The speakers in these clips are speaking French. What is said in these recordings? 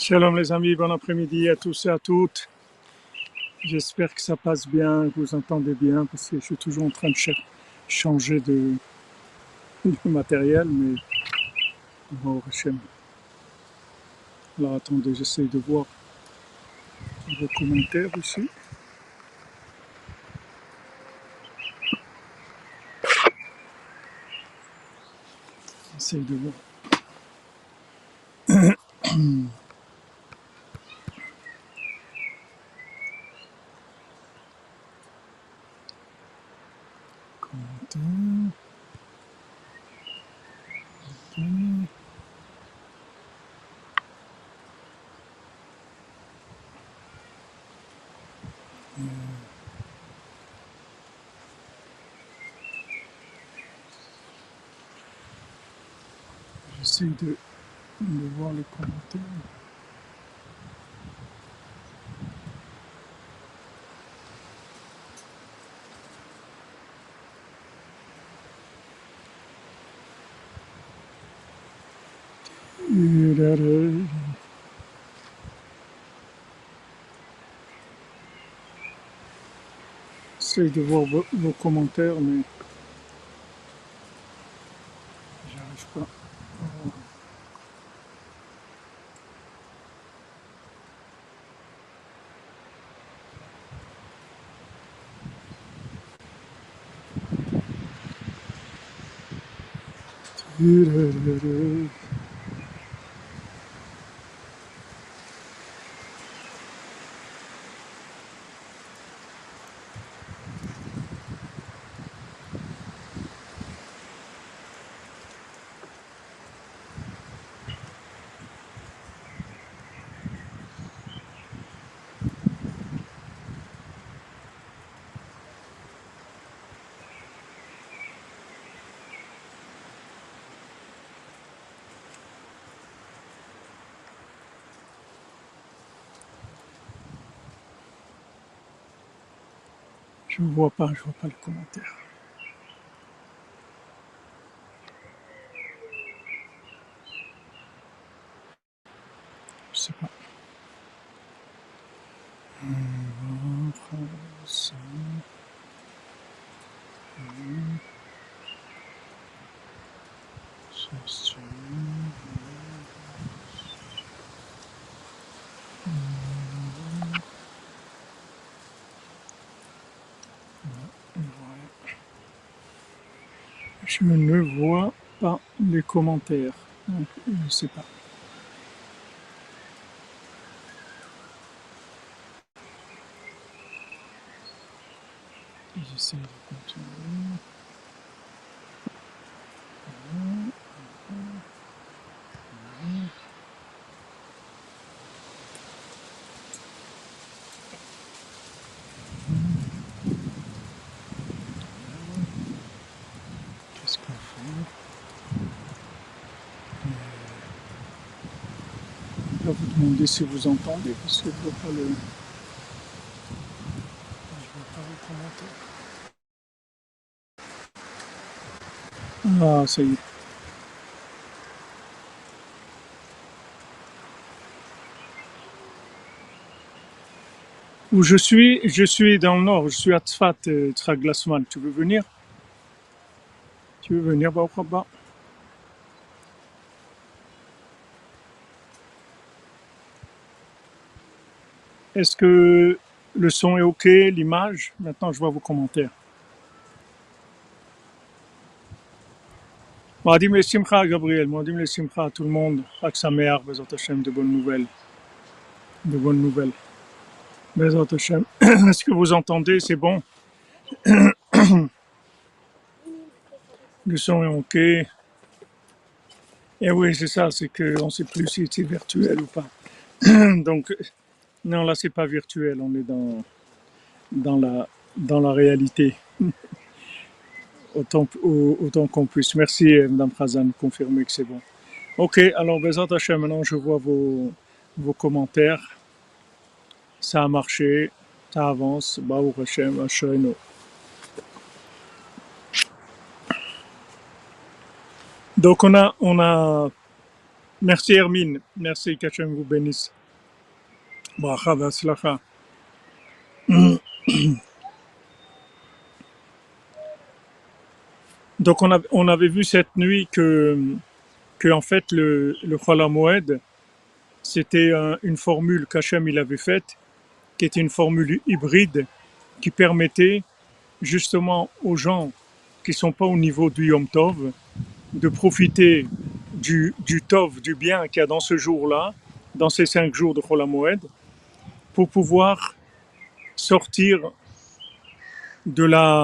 Shalom les amis, bon après-midi à tous et à toutes. J'espère que ça passe bien, que vous entendez bien, parce que je suis toujours en train de changer de matériel, mais bon, Hachem. Alors attendez, j'essaie de voir vos commentaires aussi. J'essaie de voir. Commentaires. J'essaie de voir les commentaires. J'essaie de voir vos commentaires, mais j'arrive pas. Je vois pas les commentaires. Je sais pas. Ça. Je ne vois pas les commentaires, donc je ne sais pas. J'essaie de continuer. Qu'est-ce qu'on fait? Je vais vous demander si vous entendez, parce que je ne vois pas les commentaires. Ah, ça y est. Où je suis dans le nord, je suis à Tzfat, Tzfat Glassman. Tu veux venir? Tu veux venir, Baoukhaba? Est-ce que le son est OK, l'image? Maintenant, je vois vos commentaires. Moadim le Simcha, Gabriel. Moadim le Simcha à tout le monde. Chag Sameach, Bezat Hashem, de bonnes nouvelles. De bonnes nouvelles. Bezat Hashem. Est-ce que vous entendez? C'est bon? Le son est OK. Et oui, c'est ça, c'est qu'on ne sait plus si c'est virtuel ou pas. Donc, non, là, c'est pas virtuel, on est dans la réalité. Autant qu'on puisse. Merci, Mme Khazan, de confirmer que c'est bon. Ok, alors, Bezat Hashem, maintenant, je vois vos commentaires. Ça a marché, ça avance. Baruch Hashem, Asherino. Donc, on a. Merci, Hermine. Merci, qu'Hachem vous bénisse. Bracha v'atzlacha. Donc on avait vu cette nuit que en fait le Chol HaMoed, c'était une formule qu'Hachem il avait faite, qui était une formule hybride qui permettait justement aux gens qui ne sont pas au niveau du Yom Tov de profiter du Tov, du bien qu'il y a dans ce jour-là, dans ces 5 jours de Chol HaMoed, pour pouvoir sortir de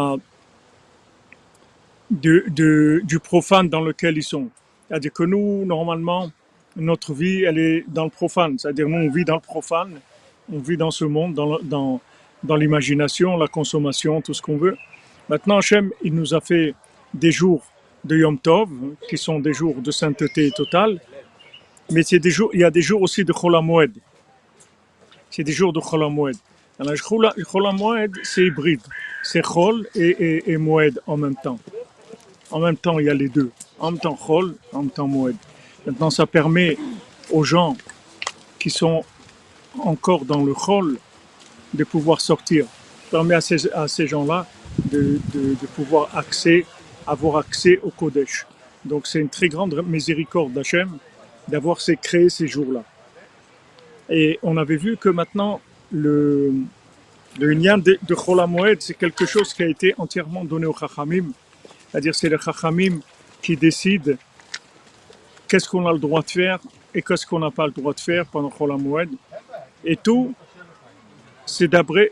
du profane dans lequel ils sont. C'est-à-dire que nous, normalement, notre vie, elle est dans le profane. C'est-à-dire nous, on vit dans le profane, on vit dans ce monde, dans l'imagination, la consommation, tout ce qu'on veut. Maintenant, Hachem, il nous a fait des jours de Yom Tov, qui sont des jours de sainteté totale, mais c'est des jours, il y a des jours aussi de Chol HaMoed. C'est des jours de Chol HaMoed. Alors, Chol HaMoed, c'est hybride. C'est Chol et Moed en même temps. En même temps, il y a les deux. En même temps Chol, en même temps Moed. Maintenant, ça permet aux gens qui sont encore dans le Chol de pouvoir sortir. Ça permet à ces gens-là de pouvoir avoir accès au Kodesh. Donc, c'est une très grande miséricorde d'Hachem d'avoir créé ces jours-là. Et on avait vu que maintenant, le Inyan de Chol HaMoed, c'est quelque chose qui a été entièrement donné aux Chachamim. C'est-à-dire c'est les Chachamim qui décident qu'est-ce qu'on a le droit de faire et qu'est-ce qu'on n'a pas le droit de faire pendant Chol HaMoed. Et tout, c'est d'après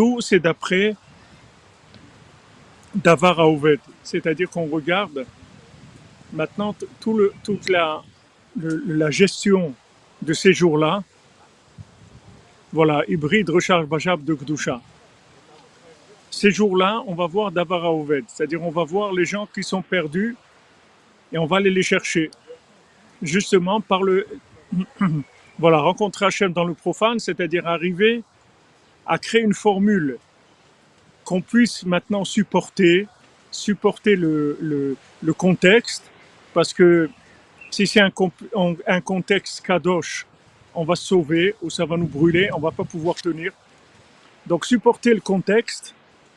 Davar HaOved. C'est-à-dire qu'on regarde maintenant toute la gestion de ces jours-là. Voilà, hybride, recharge Bajab de Gdusha. Ces jours-là, on va voir Davar HaOved. C'est-à-dire on va voir les gens qui sont perdus et on va aller les chercher. Justement par voilà, rencontrer Hachem dans le profane, c'est-à-dire arriver à créer une formule qu'on puisse maintenant supporter le contexte, parce que si c'est un contexte kadosh, on va se sauver ou ça va nous brûler, on va pas pouvoir tenir. Donc supporter le contexte,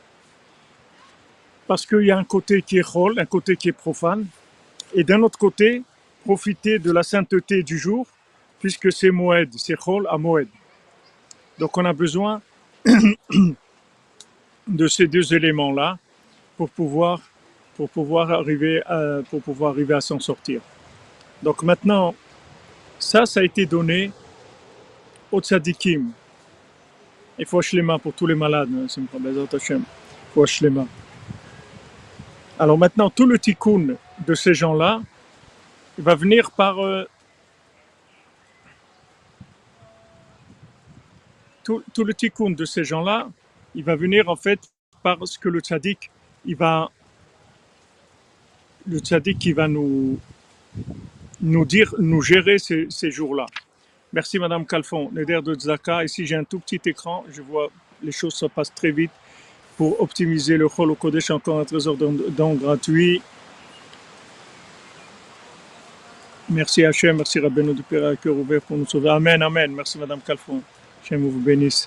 parce qu'il y a un côté qui est chol, un côté qui est profane, et d'un autre côté, profiter de la sainteté du jour, puisque c'est Moed, c'est Chol à Moed. Donc on a besoin de ces deux éléments-là pour pouvoir arriver à s'en sortir. Donc maintenant, ça a été donné aux tzadikim. Il faut shlema pour tous les malades, c'est pas Bezat Hashem. Il faut shlema. Alors maintenant, tout le tikkun de ces gens-là, il va venir par tout le tikkun de ces gens-là, il va venir en fait parce que le tzaddik, il va nous dire, nous gérer ces jours-là. Merci Madame Calfon, Neder de Tzaka. Ici j'ai un tout petit écran, je vois les choses se passent très vite pour optimiser le Chol Kodesh, encore un trésor don gratuit. Merci Hachem, merci Rabbeinu de Père à cœur ouvert pour nous sauver. Amen, amen. Merci Madame Calfon. Hachem vous bénisse.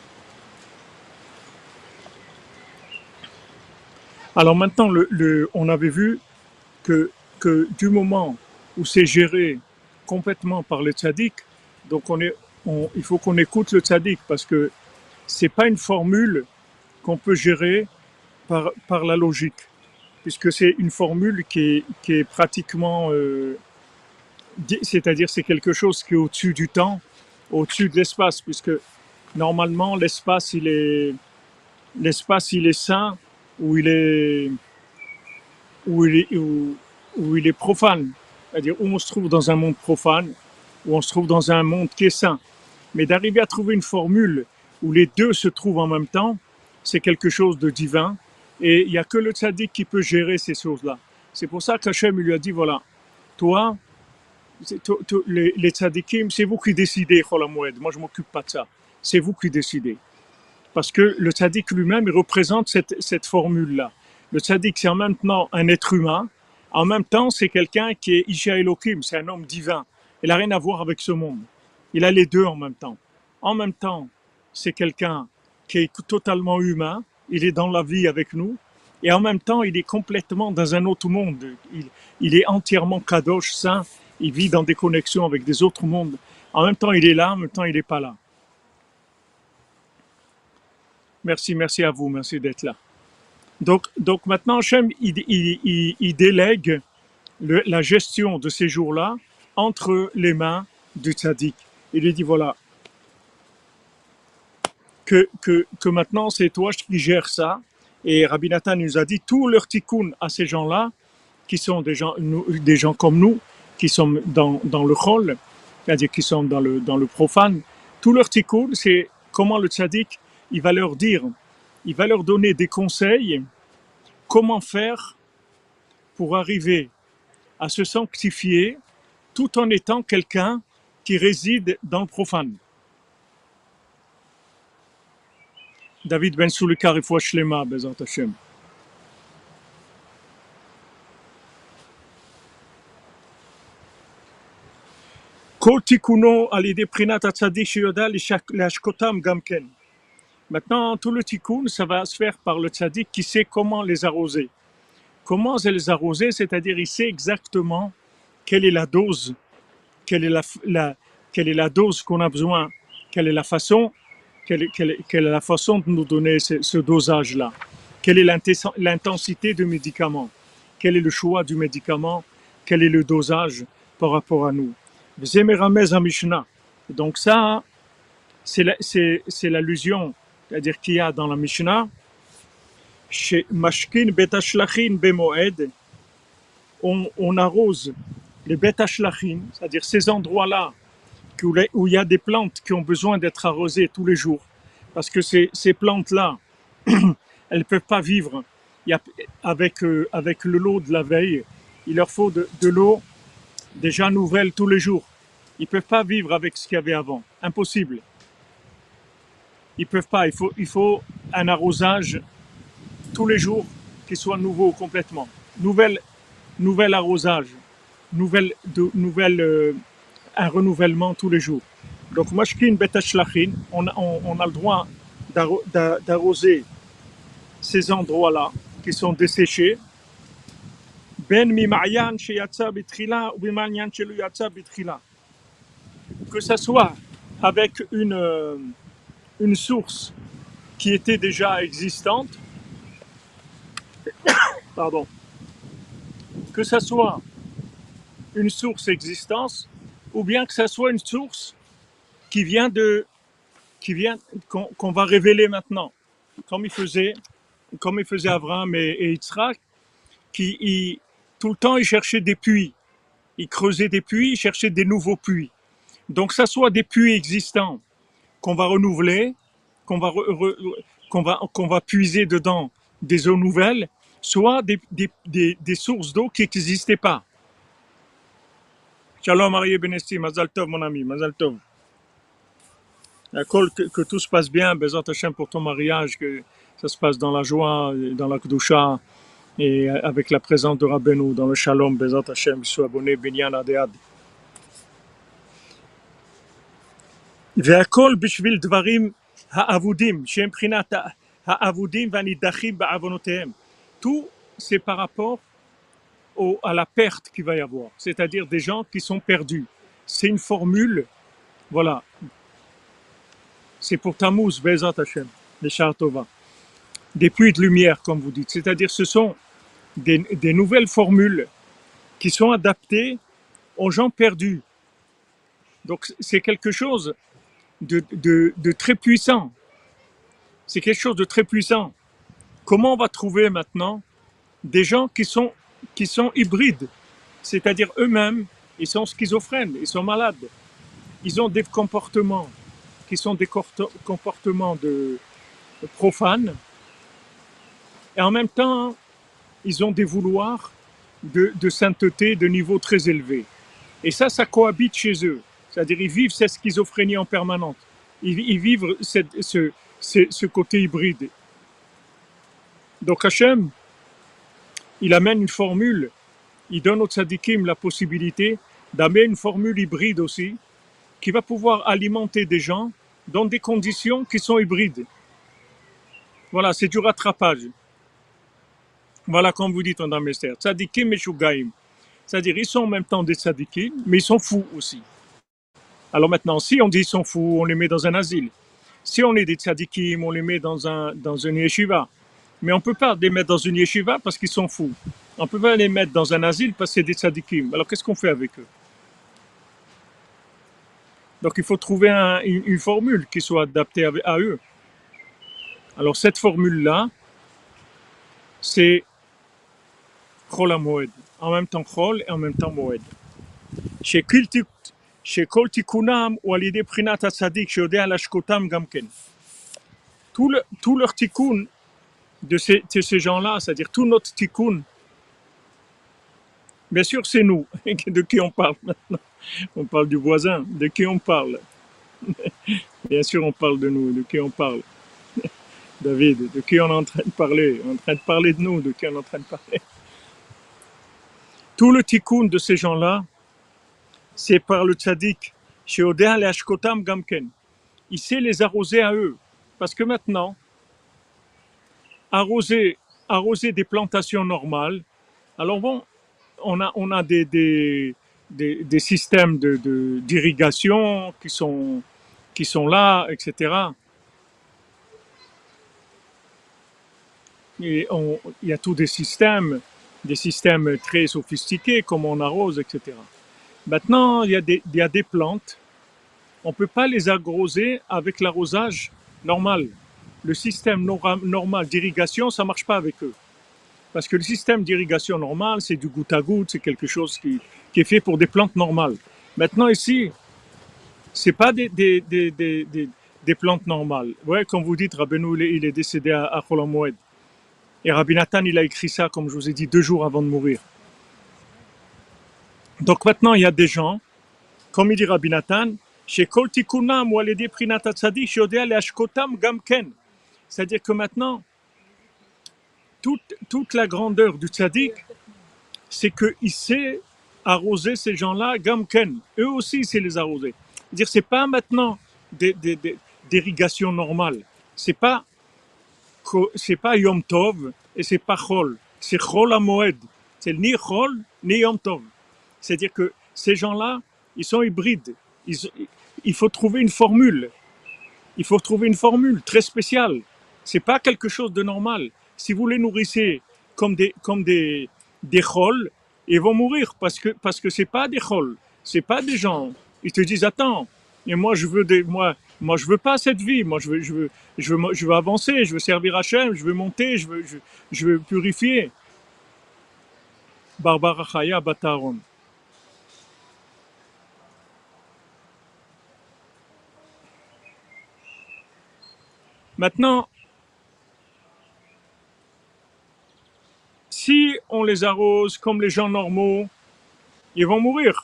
Alors maintenant, on avait vu que du moment où c'est géré complètement par le tzaddik, donc il faut qu'on écoute le tzaddik, parce que c'est pas une formule qu'on peut gérer par la logique, puisque c'est une formule qui est pratiquement, c'est-à-dire c'est quelque chose qui est au-dessus du temps, au-dessus de l'espace, puisque normalement l'espace il est saint, où il est profane, c'est-à-dire où on se trouve dans un monde profane, où on se trouve dans un monde qui est saint. Mais d'arriver à trouver une formule où les deux se trouvent en même temps, c'est quelque chose de divin, et il n'y a que le tzaddik qui peut gérer ces choses-là. C'est pour ça qu'Hachem lui a dit, voilà, toi, les tzaddikim, c'est vous qui décidez, Chol HaMoed, moi je ne m'occupe pas de ça, c'est vous qui décidez. Parce que le tzaddik lui-même, il représente cette formule-là. Le tzaddik, c'est en même temps un être humain, en même temps, c'est quelqu'un qui est Isha Elohim, c'est un homme divin. Il n'a rien à voir avec ce monde. Il a les deux en même temps. En même temps, c'est quelqu'un qui est totalement humain, il est dans la vie avec nous, et en même temps, il est complètement dans un autre monde. Il est entièrement kadosh, saint, il vit dans des connexions avec des autres mondes. En même temps, il est là, en même temps, il n'est pas là. Merci à vous, merci d'être là. Donc maintenant, Hachem, il délègue la gestion de ces jours-là entre les mains du tzaddik. Il lui dit, voilà, que maintenant c'est toi qui gères ça. Et Rabbi Nathan nous a dit tout leur tikkun à ces gens-là, qui sont des gens comme nous, qui sont dans le chol, c'est-à-dire qui sont dans le profane. Tout leur tikkun, c'est comment le tzaddik, il va leur dire, il va leur donner des conseils, comment faire pour arriver à se sanctifier tout en étant quelqu'un qui réside dans le profane. David Ben Soulika, Refoua Shlema, Bezat Hashem. Kol tikuno alidé prinat atzadik sheyoda l'ashkotam gamken. Maintenant, tout le tikkun, ça va se faire par le tzaddik qui sait comment les arroser. Comment les arroser, c'est-à-dire il sait exactement quelle est la dose, quelle est la dose qu'on a besoin, quelle est la façon de nous donner ce dosage-là, quelle est l'intensité du médicament, quel est le choix du médicament, quel est le dosage par rapport à nous. Donc ça, c'est l'allusion, c'est-à-dire qu'il y a dans la Mishnah, chez Mashkin Betashlachin Bemoed, on arrose les Betashlachin, c'est-à-dire ces endroits-là où il y a des plantes qui ont besoin d'être arrosées tous les jours. Parce que ces plantes-là, elles ne peuvent pas vivre avec le lot de la veille. Il leur faut de l'eau déjà nouvelle tous les jours. Ils ne peuvent pas vivre avec ce qu'il y avait avant. Impossible. Ils ne peuvent pas. Il faut un arrosage tous les jours qui soit nouveau complètement. Nouvel arrosage. Un renouvellement tous les jours. Donc, mashkin betashlachin, on a le droit d'arroser ces endroits-là qui sont desséchés. Ben mimayan sheyatsa bitrila ou bimanyan shelu yatsa bitrila. Que ça soit avec une source qui était déjà existante, pardon, que ça soit une source existante, ou bien que ça soit une source qu'on va révéler maintenant, comme il faisait Abraham et Yitzhak, tout le temps ils cherchaient des puits, ils creusaient des puits, ils cherchaient des nouveaux puits. Donc ça soit des puits existants qu'on va renouveler, qu'on va puiser dedans des eaux nouvelles, soit des sources d'eau qui n'existaient pas. Shalom Arié Benesti, Mazal Tov mon ami, Mazal Tov. Que tout se passe bien, Bezat Hashem pour ton mariage, que ça se passe dans la joie, dans la Kedusha, et avec la présence de Rabbeinu, dans le Shalom, Bezat Hashem, sois abonné, Binyan Adead. והכל בשביל דברים האבודים, שהם מבחינת האבודים והנידחים בעוונותיהם. Tout, c'est par rapport à la perte qu'il va y avoir, c'est-à-dire des gens qui sont perdus. C'est une formule, voilà. C'est pour Tammuz, Bezat Hashem, les Shar Tova. Des puits de lumière, comme vous dites. C'est-à-dire ce sont des nouvelles formules qui sont adaptées aux gens perdus. Donc c'est quelque chose de très puissant. C'est quelque chose de très puissant. Comment on va trouver maintenant des gens qui sont hybrides, c'est-à-dire eux-mêmes, ils sont schizophrènes, ils sont malades, ils ont des comportements qui sont des comportements de profanes, et en même temps, ils ont des vouloirs de sainteté de niveau très élevé. Et ça cohabite chez eux. C'est-à-dire ils vivent cette schizophrénie en permanence. Ils vivent ce côté hybride. Donc Hachem, il amène une formule, il donne aux tzadikim la possibilité d'amener une formule hybride aussi, qui va pouvoir alimenter des gens dans des conditions qui sont hybrides. Voilà, c'est du rattrapage. Voilà, comme vous dites, Madame Esther. Tzadikim et Shugaim. C'est-à-dire, ils sont en même temps des tzadikim, mais ils sont fous aussi. Alors maintenant, si on dit ils sont fous, on les met dans un asile. Si on est des tzadikim, on les met dans une yeshiva. Mais on ne peut pas les mettre dans une yeshiva parce qu'ils sont fous. On ne peut pas les mettre dans un asile parce que c'est des tzadikim. Alors qu'est-ce qu'on fait avec eux? Donc il faut trouver une formule qui soit adaptée à eux. Alors cette formule-là, c'est Chol HaMoed. En même temps Chol et en même temps Moed. Chez Kol Tikunam ou Alidé Prinat HaTzadik, chez Odea Lashkotam Gamken. Tout leur tikkun de ces gens-là, c'est-à-dire tout notre tikkun, bien sûr c'est nous. De qui on parle maintenant? On parle du voisin. De qui on parle? Bien sûr on parle de nous. De qui on parle? David, de qui on est en train de parler? On est en train de parler de nous. De qui on est en train de parler? Tout le tikkun de ces gens-là, c'est par le tzaddik. Chez Odea Lashkotam Gamken. Il sait les arroser à eux. Parce que maintenant, arroser des plantations normales, alors bon, on a des systèmes d'irrigation qui sont là, etc. Et il y a tous des systèmes très sophistiqués, comme on arrose, etc. Maintenant, il y a des plantes, on ne peut pas les arroser avec l'arrosage normal. Le système normal d'irrigation, ça ne marche pas avec eux. Parce que le système d'irrigation normal, c'est du goutte à goutte, c'est quelque chose qui est fait pour des plantes normales. Maintenant ici, c'est pas des plantes normales. Ouais, comme vous dites, Rabbeinu, il est décédé à Chol HaMoed. Et Rabbi Nathan, il a écrit ça, comme je vous ai dit, 2 jours avant de mourir. Donc maintenant, il y a des gens, comme il dit Rabbi Nathan, chez Kol Tikunam ou Alidé Prinat HaTzadik, chez Odea Leashkotam Gamken. C'est-à-dire que maintenant, toute la grandeur du tzaddik, c'est qu'il sait arroser ces gens-là, gamken. Eux aussi, il sait les arroser. C'est-à-dire, c'est pas maintenant d'irrigation normale. C'est pas Yom Tov et c'est pas Chol. C'est Chol HaMoed. C'est ni Chol ni Yom Tov. C'est-à-dire que ces gens-là, ils sont hybrides. Il faut trouver une formule. Il faut trouver une formule très spéciale. C'est pas quelque chose de normal. Si vous les nourrissez comme des chols, ils vont mourir parce que c'est pas des chols, c'est pas des gens. Ils te disent attends, et moi je veux pas cette vie, moi je veux avancer, je veux servir Hachem, je veux monter, je veux purifier. Barbara Chaya Bataron. Maintenant, si on les arrose comme les gens normaux, ils vont mourir.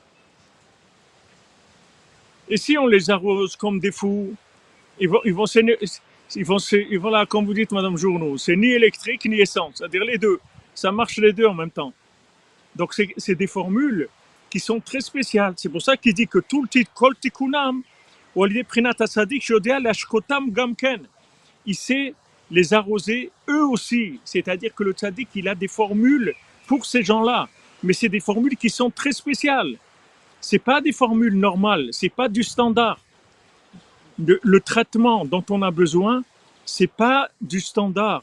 Et si on les arrose comme des fous, ils vont là, comme vous dites, Madame Journeau, c'est ni électrique ni essence, c'est-à-dire les deux. Ça marche les deux en même temps. Donc c'est des formules qui sont très spéciales. C'est pour ça qu'il dit que tout le titre Kol Tikunam, ou Alidé Prinat HaTzadik, Shodea Lashkotam Gamken, il sait les arroser eux aussi. C'est-à-dire que le tzaddik, il a des formules pour ces gens-là. Mais c'est des formules qui sont très spéciales. C'est pas des formules normales, c'est pas du standard. Le traitement dont on a besoin, c'est pas du standard.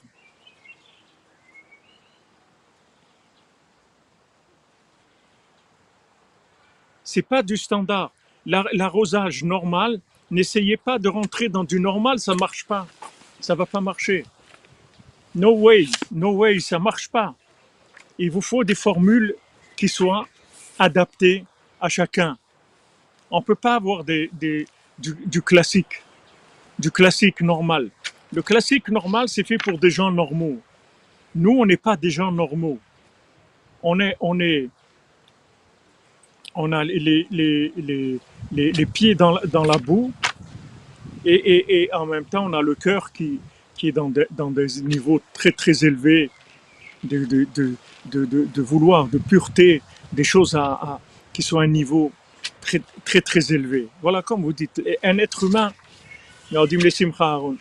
C'est pas du standard. L'arrosage normal, n'essayez pas de rentrer dans du normal, ça marche pas. Ça va pas marcher. No way, ça marche pas. Il vous faut des formules qui soient adaptées à chacun. On ne peut pas avoir du classique normal. Le classique normal, c'est fait pour des gens normaux. Nous, on n'est pas des gens normaux. On a les pieds dans la boue et en même temps, on a le cœur qui est dans des niveaux très, très élevés de vouloir, de pureté, des choses qui sont à un niveau très, très, très élevé. Voilà, comme vous dites, un être humain, Alors, dis-moi, Simcha Aaron.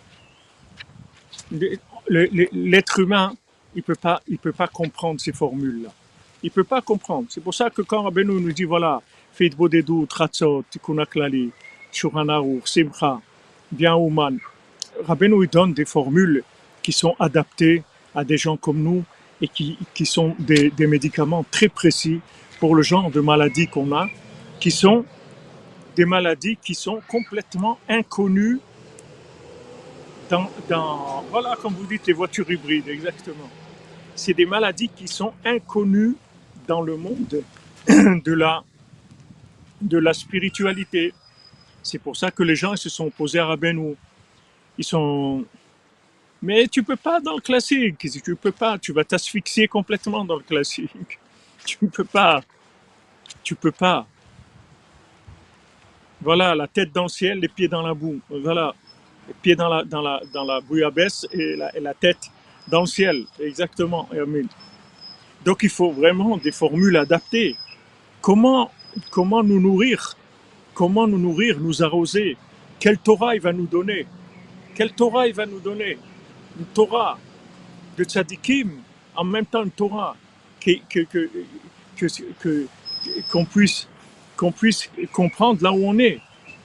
L'être humain, il peut pas comprendre ces formules-là. Il peut pas comprendre. C'est pour ça que quand Rabbeinu nous dit, voilà, Feit Bodedut, Tratzot, Tikkun HaKlali, Shulchan Aruch, Simcha, bien Ouman, Rabbeinu il donne des formules qui sont adaptées à des gens comme nous et qui sont des médicaments très précis pour le genre de maladies qu'on a, qui sont des maladies qui sont complètement inconnues voilà, comme vous dites, les voitures hybrides, exactement. C'est des maladies qui sont inconnues dans le monde de de la spiritualité. C'est pour ça que les gens se sont opposés à Rabbeinu. Ils sont... Mais tu peux pas dans le classique, tu peux pas, tu vas t'asphyxier complètement dans le classique. Tu peux pas, tu peux pas. Voilà, la tête dans le ciel, les pieds dans la boue. Voilà, les pieds dans la bouillabaisse et la tête dans le ciel. Exactement. Donc il faut vraiment des formules adaptées. Comment, comment nous nourrir? Comment nous nourrir, nous arroser? Quelle Torah il va nous donner? Quelle Torah il va nous donner? Une Torah de tzadikim, en même temps une Torah que, qu'on puisse, qu'on puisse comprendre là où on est.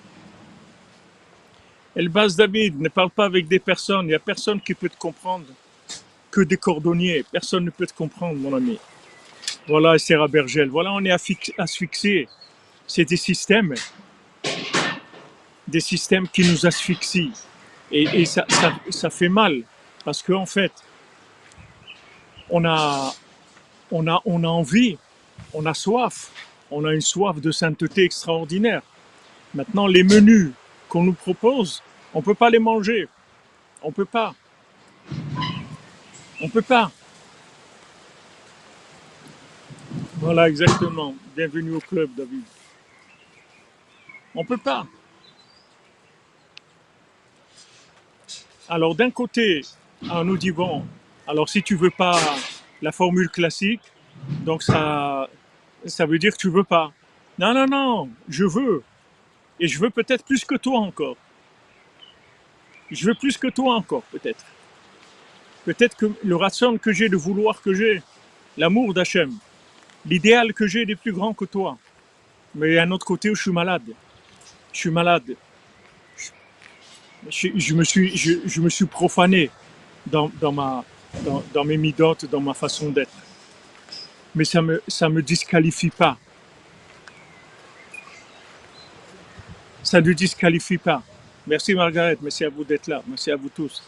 Elbaz David, ne parle pas avec des personnes, il n'y a personne qui peut te comprendre, que des cordonniers, personne ne peut te comprendre, mon ami. Voilà, Sarah Bergel, voilà, on est asphyxié. C'est des systèmes qui nous asphyxient. Et ça fait mal, parce qu'en fait, on a envie, on a soif, on a une soif de sainteté extraordinaire. Maintenant, les menus qu'on nous propose, on ne peut pas les manger. On ne peut pas. On ne peut pas. Voilà, exactement. Bienvenue au club, David. On ne peut pas. Alors, d'un côté, on nous dit, bon, alors si tu ne veux pas la formule classique, donc ça veut dire que tu ne veux pas. Non, non, non, je veux. Et je veux peut-être plus que toi encore. Je veux plus que toi encore, peut-être. Peut-être que le ratson que j'ai, le vouloir que j'ai, l'amour d'Hachem, l'idéal que j'ai est plus grand que toi. Mais il y a un autre côté où je suis malade. Je suis malade. Je me suis profané dans mes midotes, dans ma façon d'être. Mais ça me disqualifie pas. Ça ne disqualifie pas. Merci Margaret, merci à vous d'être là. Merci à vous tous.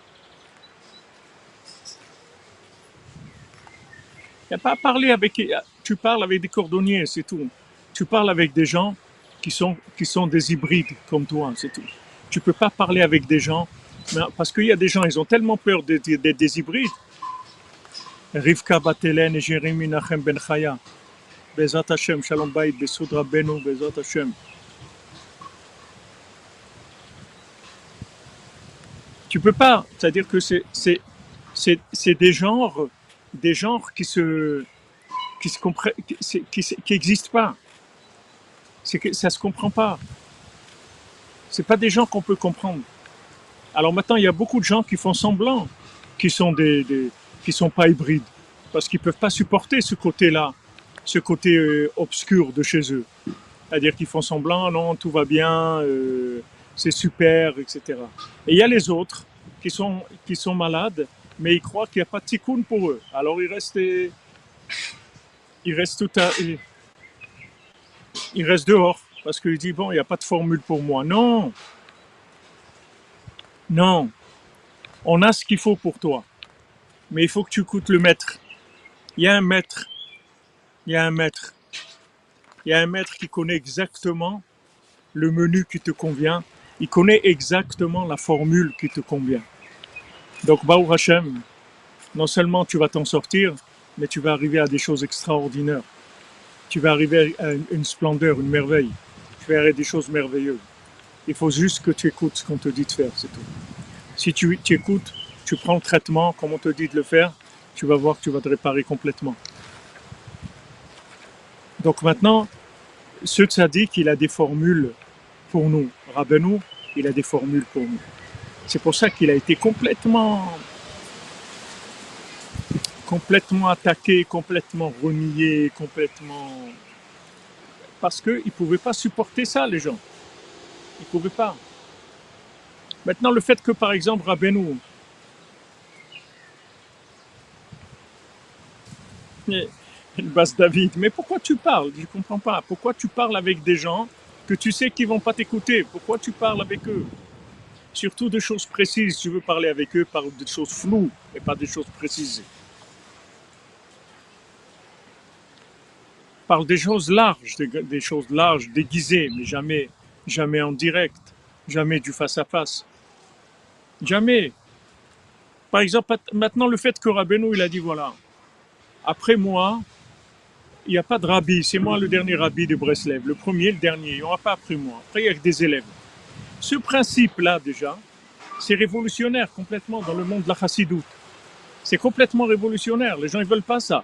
Il n'y a pas à parler avec... Tu parles avec des cordonniers, c'est tout. Tu parles avec des gens qui sont des hybrides comme toi, c'est tout. Tu ne peux pas parler avec des gens, parce qu'il y a des gens, ils ont tellement peur d'être des hybrides. Rivka Batelen et Jérémy Nachem Ben Chaya. Bezat Hashem, Shalom Bayit, Besud Rabbeinu, Bezat Hashem. Tu peux pas, c'est-à-dire que c'est des genres qui se comprennent, qui existent pas. C'est que ça se comprend pas. C'est pas des gens qu'on peut comprendre. Alors maintenant, il y a beaucoup de gens qui font semblant, qui sont qui sont pas hybrides, parce qu'ils peuvent pas supporter ce côté-là, ce côté obscur de chez eux. C'est-à-dire qu'ils font semblant, non, tout va bien, c'est super, etc. Et il y a les autres qui sont malades, mais ils croient qu'il n'y a pas de tikkun pour eux. Alors ils restent dehors, parce qu'ils disent, bon, il n'y a pas de formule pour moi. Non, non, on a ce qu'il faut pour toi, mais il faut que tu écoutes le maître. Il y a un maître, il y a un maître, il y a un maître qui connaît exactement le menu qui te convient, il connaît exactement la formule qui te convient. Donc, Baruch Hashem, non seulement tu vas t'en sortir, mais tu vas arriver à des choses extraordinaires. Tu vas arriver à une splendeur, une merveille. Tu vas arriver à des choses merveilleuses. Il faut juste que tu écoutes ce qu'on te dit de faire, c'est tout. Si tu écoutes, tu prends le traitement, comme on te dit de le faire, tu vas voir que tu vas te réparer complètement. Donc maintenant, ce tzaddik, il a des formules pour nous. Rabbeinu, il a des formules pour nous. C'est pour ça qu'il a été complètement attaqué, complètement renié, complètement... Parce qu'ils ne pouvaient pas supporter ça, les gens. Ils ne pouvaient pas. Maintenant, le fait que, par exemple, Rabbeinu, le Bas David, mais pourquoi tu parles? Je ne comprends pas. Pourquoi tu parles avec des gens que tu sais qu'ils ne vont pas t'écouter? Pourquoi tu parles avec eux? Surtout de choses précises. Tu veux parler avec eux, parle de choses floues et pas des choses précises. Parle des choses larges, déguisées, mais jamais en direct, jamais du face à face, jamais. Par exemple, maintenant le fait que Rabbeinu il a dit voilà, après moi, il n'y a pas de rabbi, c'est moi le dernier rabbi de Breslev, le premier, le dernier, il n'y aura pas après moi. Après il y a que des élèves. Ce principe-là déjà, c'est révolutionnaire complètement dans le monde de la chassidoute. C'est complètement révolutionnaire. Les gens ils veulent pas ça.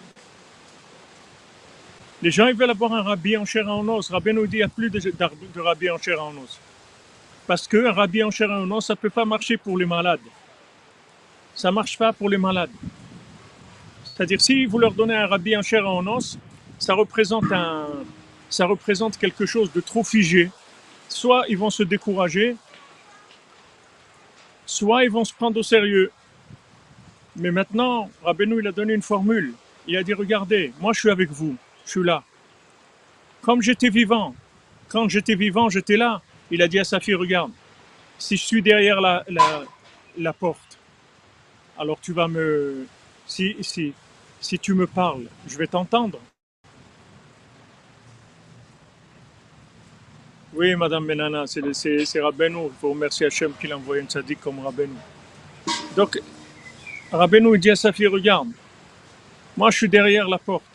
Les gens ils veulent avoir un rabbi en chair et en os. Rabbeinu dit il n'y a plus de rabbi en chair et en os. Parce qu'un rabbi en chair et en os, ça ne peut pas marcher pour les malades. Ça ne marche pas pour les malades. C'est-à-dire, si vous leur donnez un rabbi en chair et en os, ça représente quelque chose de trop figé. Soit ils vont se décourager, soit ils vont se prendre au sérieux. Mais maintenant, Rabbeinu, il a donné une formule. Il a dit, regardez, moi je suis avec vous, je suis là. Comme j'étais vivant, quand j'étais vivant, j'étais là. Il a dit à sa fille, regarde, si je suis derrière la porte, alors tu vas me... Si tu me parles, je vais t'entendre. Oui, Madame Benana, c'est Rabbeinu. Il faut remercier Hachem qu'il a envoyé une tzaddik comme Rabbeinu. Donc, Rabbeinu il dit à sa fille, regarde, moi je suis derrière la porte.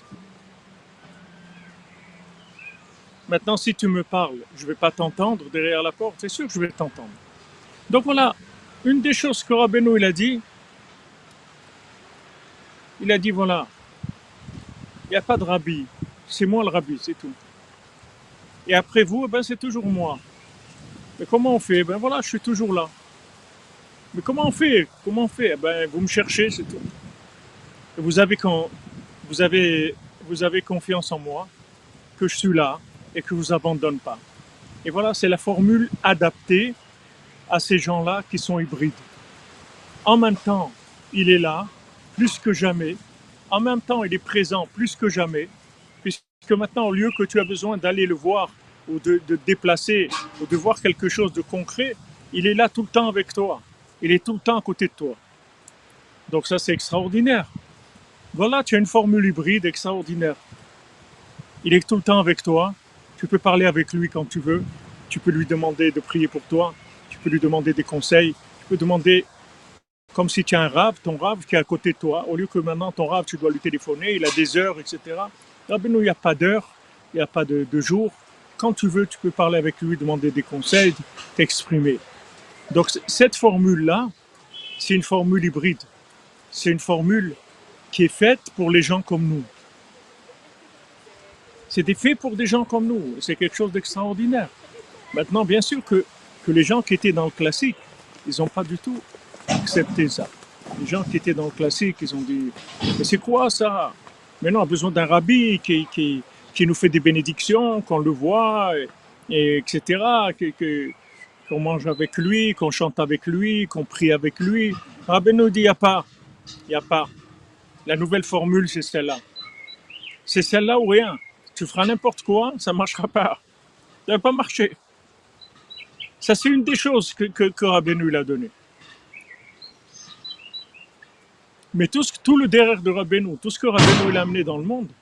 Maintenant, si tu me parles, je ne vais pas t'entendre derrière la porte. C'est sûr que je vais t'entendre. Donc voilà, une des choses que Rabbeinu il a dit voilà, il n'y a pas de rabbi, c'est moi le rabbi, c'est tout. Et après vous, ben, c'est toujours moi. Mais comment on fait? Ben voilà, je suis toujours là. Mais comment on fait? Comment on fait? Ben, vous me cherchez, c'est tout. Et vous avez, vous avez confiance en moi, que je suis là et que je vous abandonne pas. Et voilà, c'est la formule adaptée à ces gens-là qui sont hybrides. En même temps, il est là, plus que jamais. En même temps, il est présent plus que jamais, puisque maintenant, au lieu que tu as besoin d'aller le voir ou de te déplacer ou de voir quelque chose de concret, il est là tout le temps avec toi. Il est tout le temps à côté de toi. Donc ça, c'est extraordinaire. Voilà, tu as une formule hybride extraordinaire. Il est tout le temps avec toi. Tu peux parler avec lui quand tu veux. Tu peux lui demander de prier pour toi. Tu peux lui demander des conseils. Tu peux demander, comme si tu as un rave, ton rave qui est à côté de toi. Au lieu que maintenant, ton rave, tu dois lui téléphoner, il a des heures, etc. Là, ben, nous, il n'y a pas d'heure, il n'y a pas de jour. Quand tu veux, tu peux parler avec lui, demander des conseils, t'exprimer. Donc, cette formule-là, c'est une formule hybride. C'est une formule qui est faite pour les gens comme nous. C'était fait pour des gens comme nous. C'est quelque chose d'extraordinaire. Maintenant, bien sûr que les gens qui étaient dans le classique, ils n'ont pas du tout accepté ça. Les gens qui étaient dans le classique, ils ont dit, mais c'est quoi ça? Maintenant, on a besoin d'un rabbi qui nous fait des bénédictions, qu'on le voit, etc., qu'on mange avec lui, qu'on chante avec lui, qu'on prie avec lui. Rabbi nous dit, il n'y a pas. La nouvelle formule, c'est celle-là. C'est celle-là ou rien. Tu feras n'importe quoi, ça ne marchera pas. Ça ne va pas marcher. Ça, c'est une des choses que Rabbeinu a donné. Mais tout le derrière de Rabbeinu, tout ce que Rabbeinu a amené dans le monde,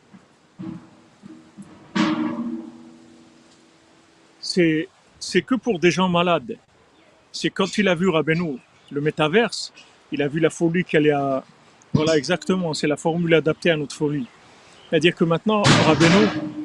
c'est que pour des gens malades. C'est quand il a vu Rabbeinu, le métaverse, il a vu la folie qu'elle est à... Voilà, exactement, c'est la formule adaptée à notre folie. C'est-à-dire que maintenant, Rabbeinu,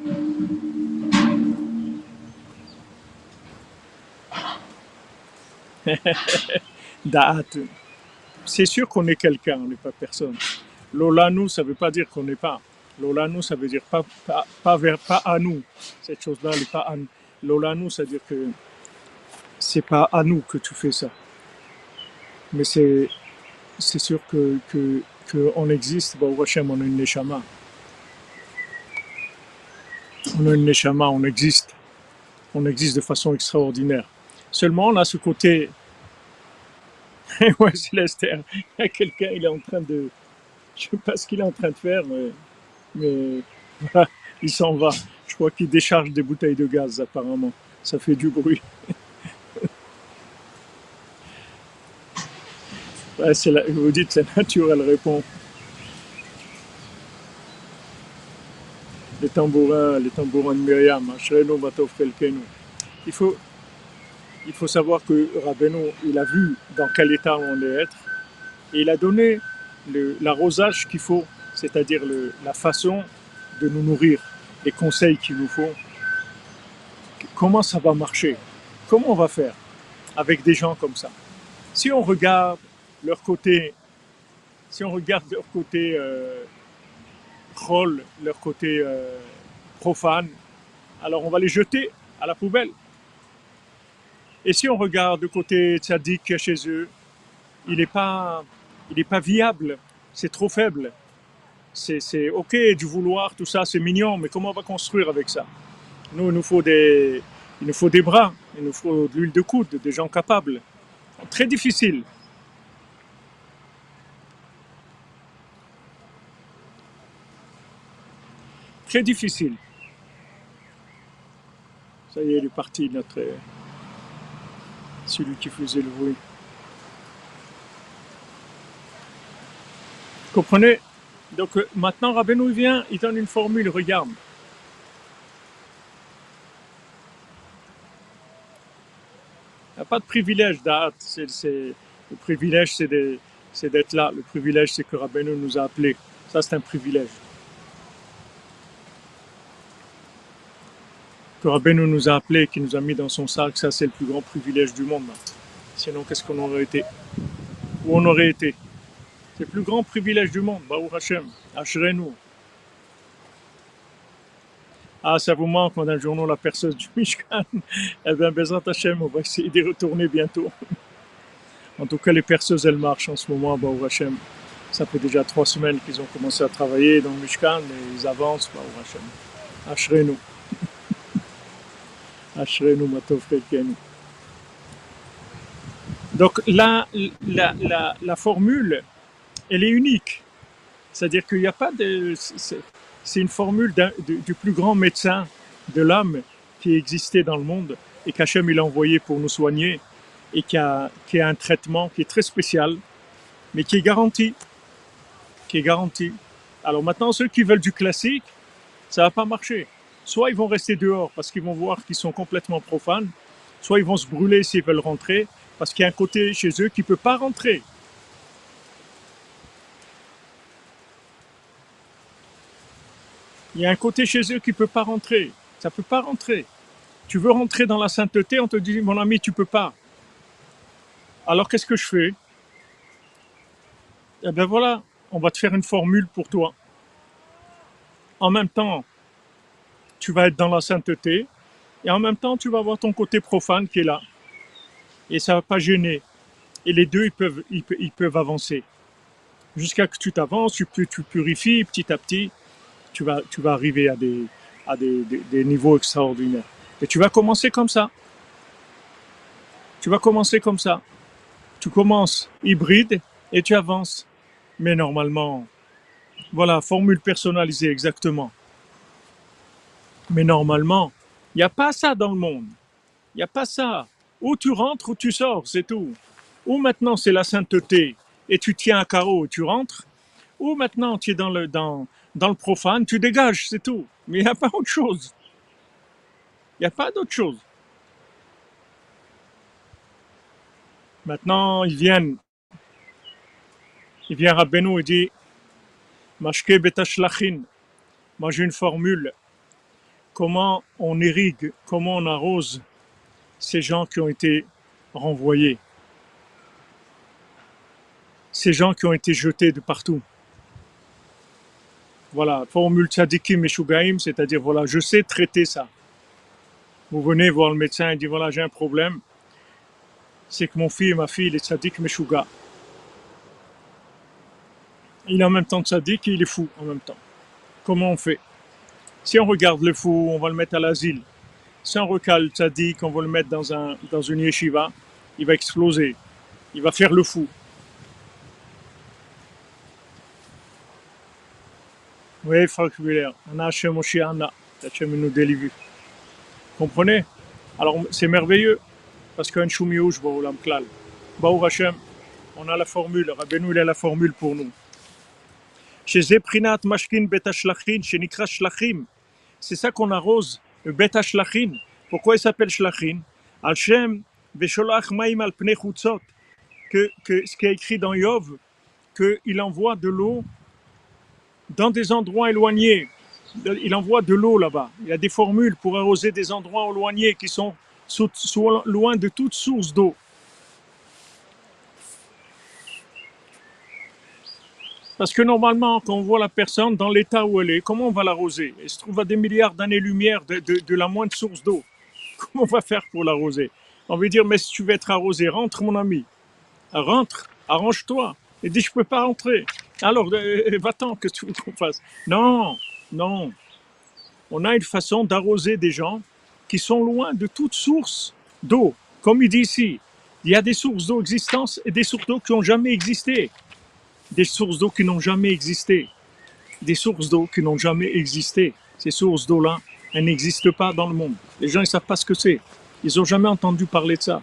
Da'at, c'est sûr qu'on est quelqu'un, on n'est pas personne. L'olanu, ça ne veut pas dire qu'on n'est pas. L'olanu, ça veut dire pas à nous. Cette chose-là, elle n'est pas à nous. L'olanu, ça veut dire que c'est pas à nous que tu fais ça. Mais c'est sûr que on existe, Baruch Hashem, on a une neshama. On a une neshama, on existe. On existe de façon extraordinaire. Seulement, on a ce côté. Ouais, c'est Lester. Il y a quelqu'un, il est en train de. Je sais pas ce qu'il est en train de faire, mais voilà, il s'en va. Je crois qu'il décharge des bouteilles de gaz, apparemment. Ça fait du bruit. Ouais, vous dites, la nature, elle répond. Les tambourins de Myriam, Ashrenu Batov Chelkenu. Il faut, il faut savoir que Rabbeinu, il a vu dans quel état on est être, et il a donné l'arrosage qu'il faut, c'est-à-dire la façon de nous nourrir, les conseils qu'il nous faut. Comment ça va marcher? Comment on va faire avec des gens comme ça? Si on regarde leur côté, si on regarde leur côté troll, leur côté profane, alors on va les jeter à la poubelle. Et si on regarde le côté tzaddik qu'il y a chez eux, il n'est pas viable, c'est trop faible. C'est ok du vouloir, tout ça, c'est mignon, mais comment on va construire avec ça? Nous, il nous faut des bras, il nous faut de l'huile de coude, des gens capables. Très difficile. Très difficile. Ça y est, il est parti, celui qui faisait le bruit. Vous comprenez? Donc maintenant, Rabbeinu vient, il donne une formule, regarde. Il n'y a pas de privilège d'art. Le privilège, c'est d'être là. Le privilège, c'est que Rabbeinu nous a appelés. Ça, c'est un privilège. Que Rabbeinu nous a appelés, qui nous a mis dans son sac, ça, c'est le plus grand privilège du monde. Sinon, qu'est-ce qu'on aurait été? Où on aurait été? C'est le plus grand privilège du monde. Baruch Hashem. Ashrenu. Ah, ça vous manque, Madame Journeau, la perceuse du Mishkan. Eh bien, Bezrat Hashem, on va essayer d'y retourner bientôt. En tout cas, les perceuses, elles marchent en ce moment, Baruch Hashem. Ça fait déjà 3 semaines qu'ils ont commencé à travailler dans le Mishkan, et ils avancent, Baruch Hashem. Ashrenu. Ashrenu Matov Chelkenu. Donc là, la formule, elle est unique. C'est-à-dire qu'il n'y a pas de... C'est une formule du plus grand médecin de l'âme qui existait dans le monde et qu'Hachem il a envoyé pour nous soigner et qui a un traitement qui est très spécial, mais qui est garanti. Qui est garanti. Alors maintenant, ceux qui veulent du classique, ça ne va pas marcher. Soit ils vont rester dehors parce qu'ils vont voir qu'ils sont complètement profanes, soit ils vont se brûler s'ils veulent rentrer parce qu'il y a un côté chez eux qui ne peut pas rentrer. Il y a un côté chez eux qui ne peut pas rentrer. Ça ne peut pas rentrer. Tu veux rentrer dans la sainteté, on te dit, mon ami, tu ne peux pas. Alors qu'est-ce que je fais? Eh bien voilà, on va te faire une formule pour toi. En même temps, tu vas être dans la sainteté, et en même temps, tu vas avoir ton côté profane qui est là. Et ça ne va pas gêner. Et les deux, ils peuvent avancer. Jusqu'à que tu t'avances, tu purifies petit à petit, tu vas arriver à des niveaux extraordinaires. Et tu vas commencer comme ça. Tu vas commencer comme ça. Tu commences hybride et tu avances. Mais normalement, voilà, formule personnalisée exactement. Mais normalement, il n'y a pas ça dans le monde. Il n'y a pas ça. Ou tu rentres ou tu sors, c'est tout. Ou maintenant c'est la sainteté et tu tiens à carreau et tu rentres. Ou maintenant tu es dans le profane, tu dégages, c'est tout. Mais il n'y a pas autre chose. Il n'y a pas d'autre chose. Maintenant, il vient Rabbeinu et dit Mashke betashlachin. Moi j'ai une formule. Comment on irrigue, comment on arrose ces gens qui ont été renvoyés, ces gens qui ont été jetés de partout. Voilà, formule tzadikim et shugaim, c'est-à-dire voilà, je sais traiter ça. Vous venez voir le médecin et dit voilà, j'ai un problème. c'est que mon fils et ma fille, il est tzaddik meshuga. Il est en même temps tzaddik et il est fou en même temps. Comment on fait? Si on regarde le fou, on va le mettre à l'asile. Si on regarde le tzaddik, on va le mettre dans une yeshiva, il va exploser. Il va faire le fou. Oui, Franck Muller, Anna Hashem Moshiana, Hashem nous délivre. Comprenez? Alors c'est merveilleux, parce qu'un choumioujh va au lamklal. Baou Hashem, on a la formule, Rabbeinu il a la formule pour nous. Chez Zeprinat Mashkin Betashlachin, chez Nikra Shlachim, c'est ça qu'on arrose, le Betashlachin. Pourquoi il s'appelle Shlachin? Hashem, Vesholach Maim al Pnei Chutzot, que ce qui est écrit dans Yov, qu'il envoie de l'eau dans des endroits éloignés. Il envoie de l'eau là-bas. Il y a des formules pour arroser des endroits éloignés qui sont loin de toute source d'eau. Parce que normalement, quand on voit la personne dans l'état où elle est, comment on va l'arroser? Elle se trouve à des milliards d'années-lumière de la moindre source d'eau. Comment on va faire pour l'arroser? On veut dire, mais si tu veux être arrosé, rentre mon ami. Rentre, arrange-toi. Il dit, je ne peux pas rentrer. Alors, va-t'en, que tu veux qu'on fasse? Non, non. On a une façon d'arroser des gens qui sont loin de toute source d'eau. Comme il dit ici, il y a des sources d'eau existantes et des sources d'eau qui n'ont jamais existé. Des sources d'eau qui n'ont jamais existé. Des sources d'eau qui n'ont jamais existé. Ces sources d'eau-là, elles n'existent pas dans le monde. Les gens, ils ne savent pas ce que c'est. Ils n'ont jamais entendu parler de ça.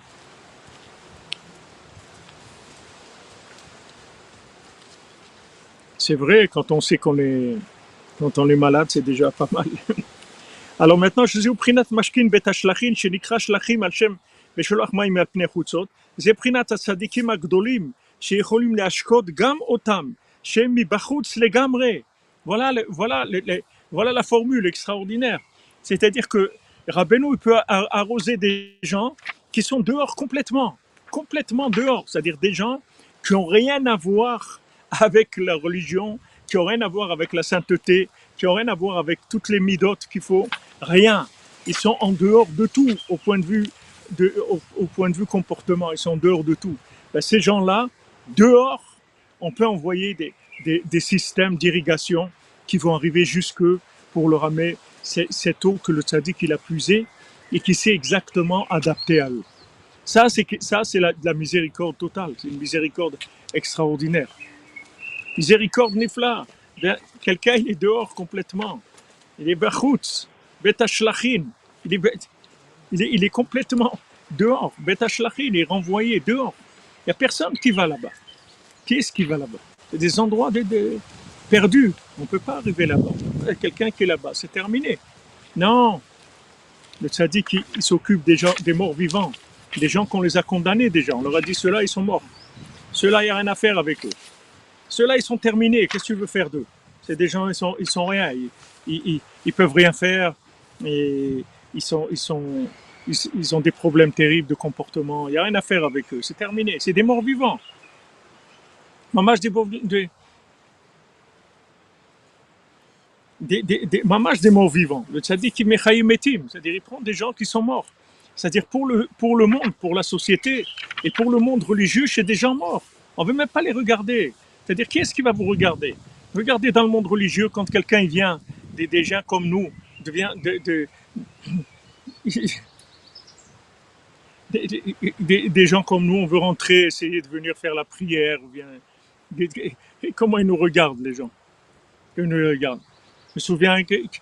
C'est vrai, quand on sait quand on est malade, c'est déjà pas mal. Alors maintenant, je dis au prinat mashkin betashlachin, shenikra shlachim al shem besholach maim al pnei chutzot, זה פרינת הצדיקים הגדולים שיכולים להשקות גם אותם, שהם מבחוץ לגמרי. Voilà la formule extraordinaire. C'est-à-dire que Rabbeinu peut arroser des gens qui sont dehors complètement dehors. C'est-à-dire des gens qui n'ont rien à voir avec la religion, qui n'ont rien à voir avec la sainteté, qui n'ont rien à voir avec toutes les midotes qu'il faut. Rien. Ils sont en dehors de tout au point de vue comportement. Ils sont en dehors de tout. Ben, ces gens-là, dehors, on peut envoyer des systèmes d'irrigation qui vont arriver jusque pour leur amener cette eau que le tzaddik il a puisée et qui s'est exactement adaptée à eux. Ça, c'est la miséricorde totale. C'est une miséricorde extraordinaire. Miséricorde nifla. Quelqu'un, il est dehors complètement. Il est bachutz, betashlachin. Il est complètement dehors. Betashlachin, il est renvoyé dehors. Il n'y a personne qui va là-bas. Qui est-ce qui va là-bas? C'est des endroits perdus. On ne peut pas arriver là-bas. Quelqu'un qui est là-bas, c'est terminé. Non. Le tzaddik, il s'occupe des gens, des morts vivants. Des gens qu'on les a condamnés déjà. On leur a dit, ceux-là, ils sont morts. Ceux-là, il n'y a rien à faire avec eux. Ceux-là, ils sont terminés. Qu'est-ce que tu veux faire d'eux? C'est des gens, ils sont rien. Ils peuvent rien faire. Et ils ont des problèmes terribles de comportement. Il n'y a rien à faire avec eux. C'est terminé. C'est des morts vivants. Mamage des morts vivants. Le tzaddik qui mechaïm metim, c'est-à-dire il prend des gens qui sont morts. C'est-à-dire pour le monde, pour la société et pour le monde religieux, c'est des gens morts. On ne veut même pas les regarder. C'est-à-dire qui est-ce qui va vous regarder? Regardez dans le monde religieux quand quelqu'un vient, des gens comme nous, des gens comme nous, on veut rentrer, essayer de venir faire la prière, ou bien, comment ils nous regardent les gens? Ils nous regardent. Je me souviens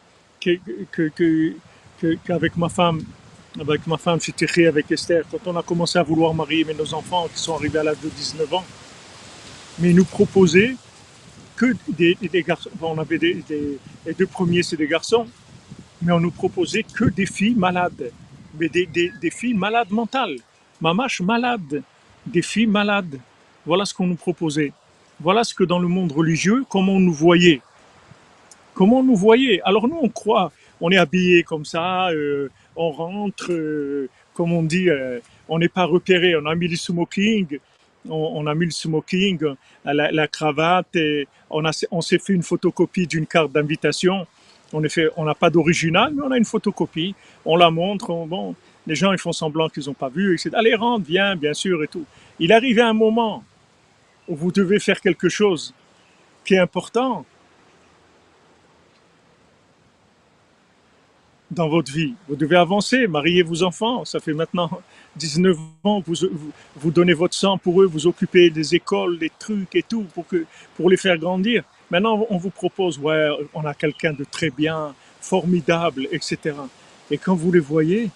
qu'avec ma femme, j'étais avec Esther, quand on a commencé à vouloir marier nos enfants qui sont arrivés à l'âge de 19 ans, mais ils nous proposaient que des garçons. Bon, on avait les deux premiers, c'est des garçons, mais on nous proposait que des filles malades, mais des filles malades mentales, mamache malades, des filles malades. Voilà ce qu'on nous proposait. Voilà ce que dans le monde religieux, comment on nous voyait. Comment on nous voyait. Alors nous, on croit, on est habillé comme ça, on rentre, comme on dit, on n'est pas repéré. On a mis le smoking, la cravate, et on s'est fait une photocopie d'une carte d'invitation. On n'a pas d'original, mais on a une photocopie. On la montre. Bon, Les gens, ils font semblant qu'ils n'ont pas vu, etc. Allez, rentre, viens, bien sûr, et tout. Il arrive à un moment où vous devez faire quelque chose qui est important dans votre vie. Vous devez avancer, marier vos enfants. Ça fait maintenant 19 ans que vous donnez votre sang pour eux, vous occupez des écoles, des trucs et tout pour les faire grandir. Maintenant, on vous propose, ouais, on a quelqu'un de très bien, formidable, etc. Et quand vous les voyez,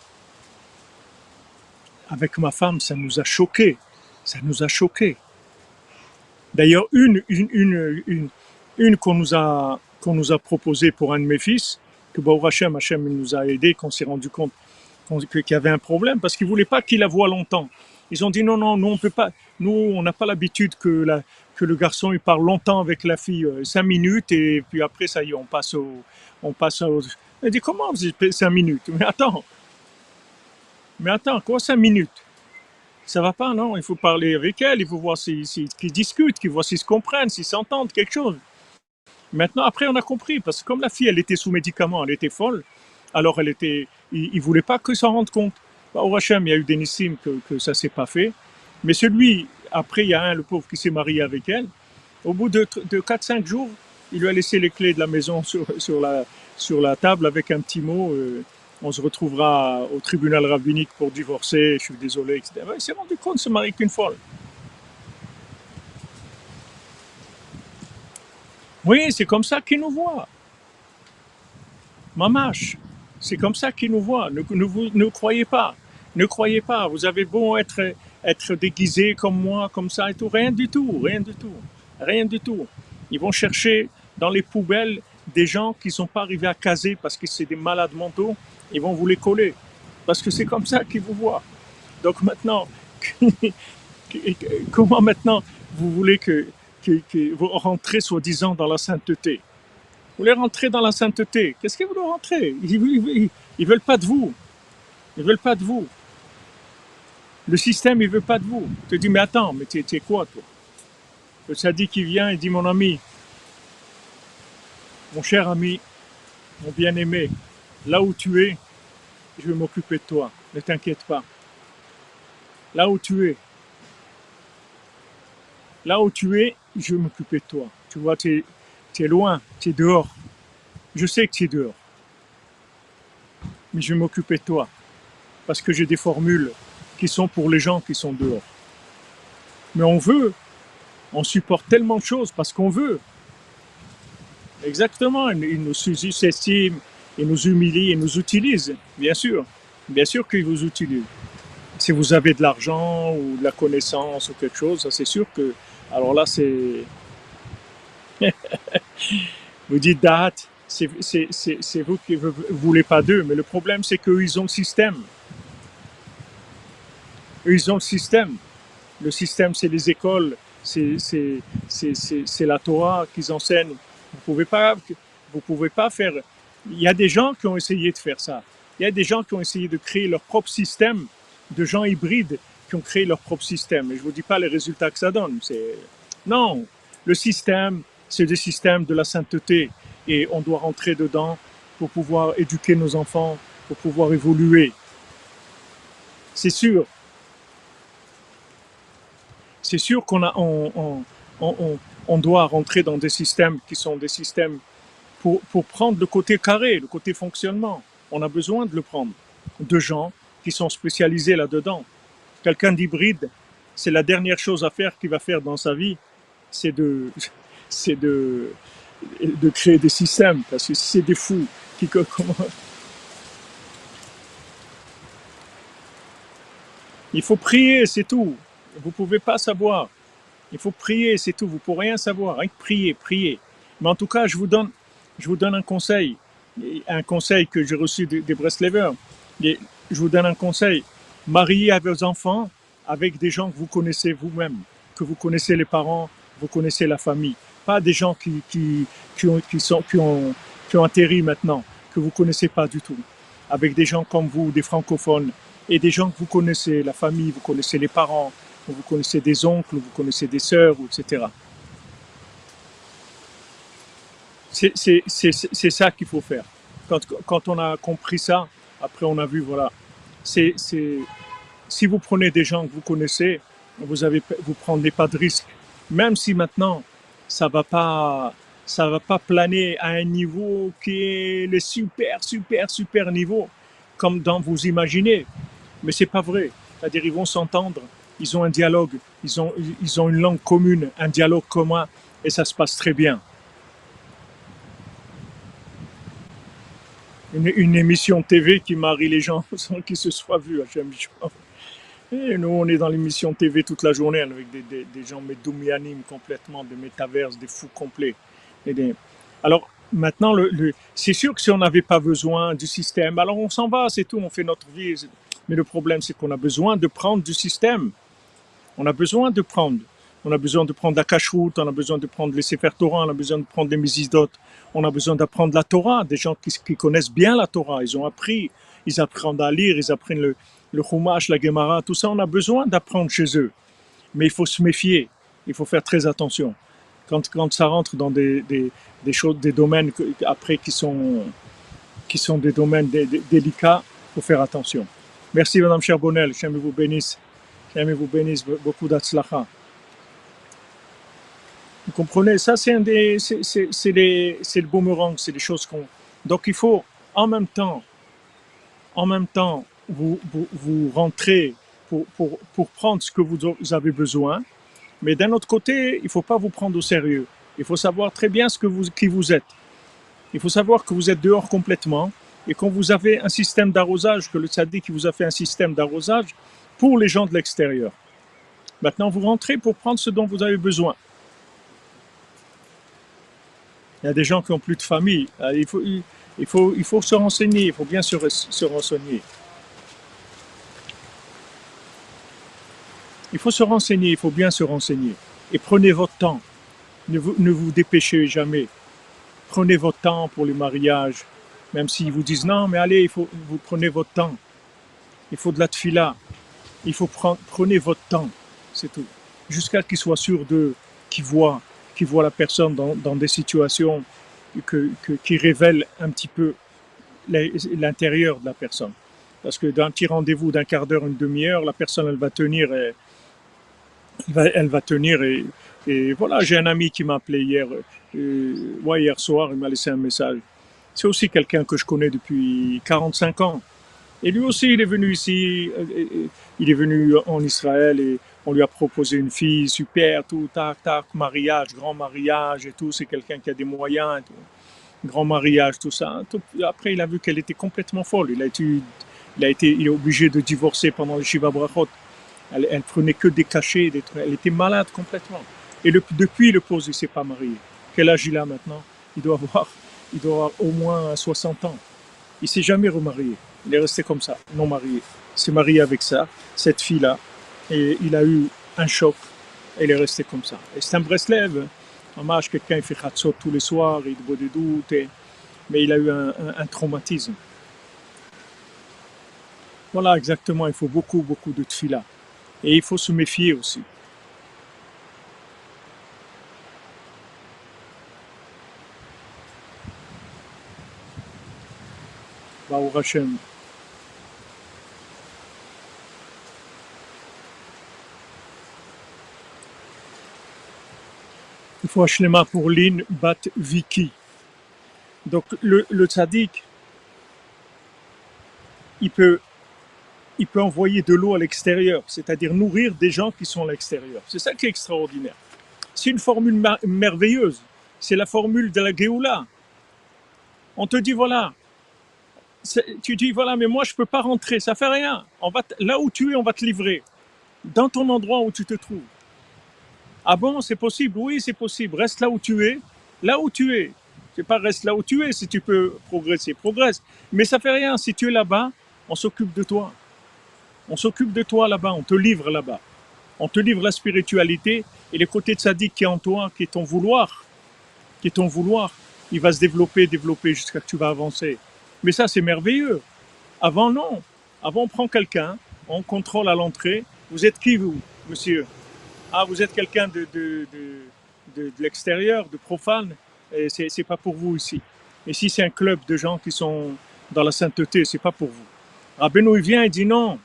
avec ma femme, ça nous a choqués. Ça nous a choqués. D'ailleurs, une qu'on nous a proposée pour un de mes fils, que Baruch Hashem, il nous a aidé, qu'on s'est rendu compte qu'il y avait un problème, parce qu'ils ne voulaient pas qu'il la voie longtemps. Ils ont dit non, non, nous on peut pas, nous on n'a pas l'habitude que le garçon il parle longtemps avec la fille, 5 minutes, et puis après ça y est, on passe au. Elle dit comment 5 minutes? Mais attends, quoi 5 minutes? Ça va pas, non? Il faut parler avec elle, il faut voir qu'ils discutent, qu'ils voient s'ils se comprennent, s'ils s'entendent, quelque chose. Maintenant, après, on a compris, parce que comme la fille, elle était sous médicaments, elle était folle, alors il voulait pas que s'en rende compte. Au Hachem, il y a eu des Nissim que ça s'est pas fait, mais celui, après, il y a le pauvre qui s'est marié avec elle. Au bout de 4-5 jours, il lui a laissé les clés de la maison sur la table avec un petit mot. On se retrouvera au tribunal rabbinique pour divorcer, je suis désolé, etc. Il s'est rendu compte de se marier qu'une folle. Oui, c'est comme ça qu'il nous voit. Mamache, c'est comme ça qu'ils nous voient. Ne croyez pas. Ne croyez pas. Vous avez beau être déguisé comme moi, comme ça et tout. Rien du tout. Rien du tout. Rien du tout. Ils vont chercher dans les poubelles des gens qui ne sont pas arrivés à caser parce que c'est des malades mentaux. Ils vont vous les coller. Parce que c'est comme ça qu'ils vous voient. Donc maintenant, comment maintenant vous voulez que vous rentrez soi-disant dans la sainteté? Vous voulez rentrer dans la sainteté. Qu'est-ce que vous voulez rentrer? Ils veulent pas de vous. Ils veulent pas de vous. Le système, il veut pas de vous. Tu te dis, mais attends, mais tu es quoi, toi? Le sadique qui vient, il dit, mon ami, mon cher ami, mon bien-aimé, là où tu es, je vais m'occuper de toi. Ne t'inquiète pas. Là où tu es, je vais m'occuper de toi. Tu vois, tu es loin, tu es dehors. Je sais que tu es dehors. Mais je vais m'occuper de toi. Parce que j'ai des formules qui sont pour les gens qui sont dehors. Mais on supporte tellement de choses parce qu'on veut. Exactement, ils nous sous-estiment, ils nous humilient, ils nous utilisent, bien sûr. Bien sûr qu'ils vous utilisent. Si vous avez de l'argent ou de la connaissance ou quelque chose, ça c'est sûr que... Alors là, c'est... Vous dites date, c'est vous qui ne voulez pas d'eux, mais le problème c'est qu'eux, ils ont le système. Eux, ils ont le système. Le système, c'est les écoles, c'est la Torah qu'ils enseignent. Vous pouvez pas faire. Il y a des gens qui ont essayé de faire ça. Il y a des gens qui ont essayé de créer leur propre système, de gens hybrides qui ont créé leur propre système. Et je ne vous dis pas les résultats que ça donne. Non, le système, c'est le système de la sainteté. Et on doit rentrer dedans pour pouvoir éduquer nos enfants, pour pouvoir évoluer. C'est sûr. C'est sûr on doit rentrer dans des systèmes qui sont des systèmes pour prendre le côté carré, le côté fonctionnement. On a besoin de le prendre. De gens qui sont spécialisés là-dedans. Quelqu'un d'hybride, c'est la dernière chose à faire qu'il va faire dans sa vie, c'est de créer des systèmes. Parce que si c'est des fous il faut prier, c'est tout. Vous ne pouvez pas savoir. Il faut prier, c'est tout. Vous ne pouvez rien savoir. Rien que prier, prier. Mais en tout cas, je vous donne un conseil que j'ai reçu des Breslevers. Je vous donne un conseil. Mariez à vos enfants avec des gens que vous connaissez vous-même, que vous connaissez les parents, vous connaissez la famille. Pas des gens qui ont atterri maintenant, que vous ne connaissez pas du tout. Avec des gens comme vous, des francophones, et des gens que vous connaissez, la famille, vous connaissez les parents, vous connaissez des oncles, vous connaissez des sœurs, etc. C'est ça qu'il faut faire. Quand on a compris ça, après on a vu, voilà, Si vous prenez des gens que vous connaissez, vous prenez pas de risque. Même si maintenant, ça va pas, ça va pas planer à un niveau qui est le super niveau, comme dans vous imaginez. Mais c'est pas vrai. C'est-à-dire, ils vont s'entendre, ils ont un dialogue, ils ont une langue commune, un dialogue commun, et ça se passe très bien. Une émission TV qui marie les gens sans qu'ils se soient vus. Et nous, on est dans l'émission TV toute la journée avec des gens médoumianimes complètement, des métaverses, des fous complets. Alors, maintenant, c'est sûr que si on n'avait pas besoin du système, alors on s'en va, c'est tout, on fait notre vie. Mais le problème, c'est qu'on a besoin de prendre du système. On a besoin de prendre. On a besoin de prendre la cache-route, on a besoin de prendre les Sefer Torah, on a besoin de prendre les Misidot, on a besoin d'apprendre la Torah, des gens qui connaissent bien la Torah, ils ont appris, ils apprennent à lire, ils apprennent le Chumash, la Gemara, tout ça, on a besoin d'apprendre chez eux. Mais il faut se méfier, il faut faire très attention. Quand ça rentre dans des choses, des domaines après qui sont des domaines délicats, il faut faire attention. Merci Madame Charbonnel, Shem vous bénisse. Shem vous bénisse, beaucoup d'Atzlacha. Vous comprenez, ça c'est le boomerang, c'est des choses qu'on. Donc il faut en même temps, vous rentrez pour prendre ce que vous avez besoin, mais d'un autre côté, il ne faut pas vous prendre au sérieux. Il faut savoir très bien qui vous êtes. Il faut savoir que vous êtes dehors complètement et quand vous avez un système d'arrosage, que le tzaddik vous a fait un système d'arrosage pour les gens de l'extérieur. Maintenant, vous rentrez pour prendre ce dont vous avez besoin. Il y a des gens qui n'ont plus de famille. Il faut se renseigner, il faut bien se renseigner. Il faut se renseigner, il faut bien se renseigner. Et prenez votre temps. Ne vous dépêchez jamais. Prenez votre temps pour les mariages. Même s'ils vous disent non, mais allez, vous prenez votre temps. Il faut de la tfila. Prenez votre temps. C'est tout. Jusqu'à qu'ils soient sûrs qu'ils voient la personne dans des situations qui révèlent un petit peu l'intérieur de la personne. Parce que d'un petit rendez-vous d'un quart d'heure, une demi-heure, la personne, elle va tenir et voilà, j'ai un ami qui m'a appelé hier soir, il m'a laissé un message. C'est aussi quelqu'un que je connais depuis 45 ans. Et lui aussi, il est venu ici, il est venu en Israël et on lui a proposé une fille super, tout, tac, mariage, grand mariage et tout. C'est quelqu'un qui a des moyens, tout, grand mariage, tout ça. Tout. Après, il a vu qu'elle était complètement folle. Il est obligé de divorcer pendant les Shiva Brachot. Elle prenait que des cachets, elle était malade complètement. Et depuis, le pauvre, il ne s'est pas marié. Quel âge il a maintenant? Il doit avoir au moins 60 ans. Il ne s'est jamais remarié. Il est resté comme ça, non marié. Il s'est marié avec cette fille-là. Et il a eu un choc. Et il est resté comme ça. Et c'est un Breslev. Hommage, quelqu'un, il fait khatsot tous les soirs, il boit des doutes. Mais il a eu un traumatisme. Voilà, exactement. Il faut beaucoup de tfila. Et il faut se méfier aussi. Baruch Hashem. Il faut Hashlema pour Lin Bat Viki. Donc le tzaddik, il peut envoyer de l'eau à l'extérieur, c'est-à-dire nourrir des gens qui sont à l'extérieur. C'est ça qui est extraordinaire. C'est une formule merveilleuse. C'est la formule de la Géoula. On te dit, voilà, tu dis, voilà, mais moi, je ne peux pas rentrer, ça ne fait rien. Là où tu es, on va te livrer. Dans ton endroit où tu te trouves. Ah bon, c'est possible? Oui, c'est possible. Reste là où tu es. Là où tu es. C'est pas reste là où tu es. Si tu peux progresser, progresse. Mais ça ne fait rien. Si tu es là-bas, on s'occupe de toi. On s'occupe de toi là-bas. On te livre là-bas. On te livre la spiritualité et le côté tzaddik qui est en toi, qui est ton vouloir, il va se développer jusqu'à ce que tu vas avancer. Mais ça, c'est merveilleux. Avant, non. Avant, on prend quelqu'un, on contrôle à l'entrée. Vous êtes qui, vous, monsieur? Ah, vous êtes quelqu'un de l'extérieur, de profane, et c'est pas pour vous ici. Ici, c'est un club de gens qui sont dans la sainteté, c'est pas pour vous. Rabbeinu, il vient et dit non.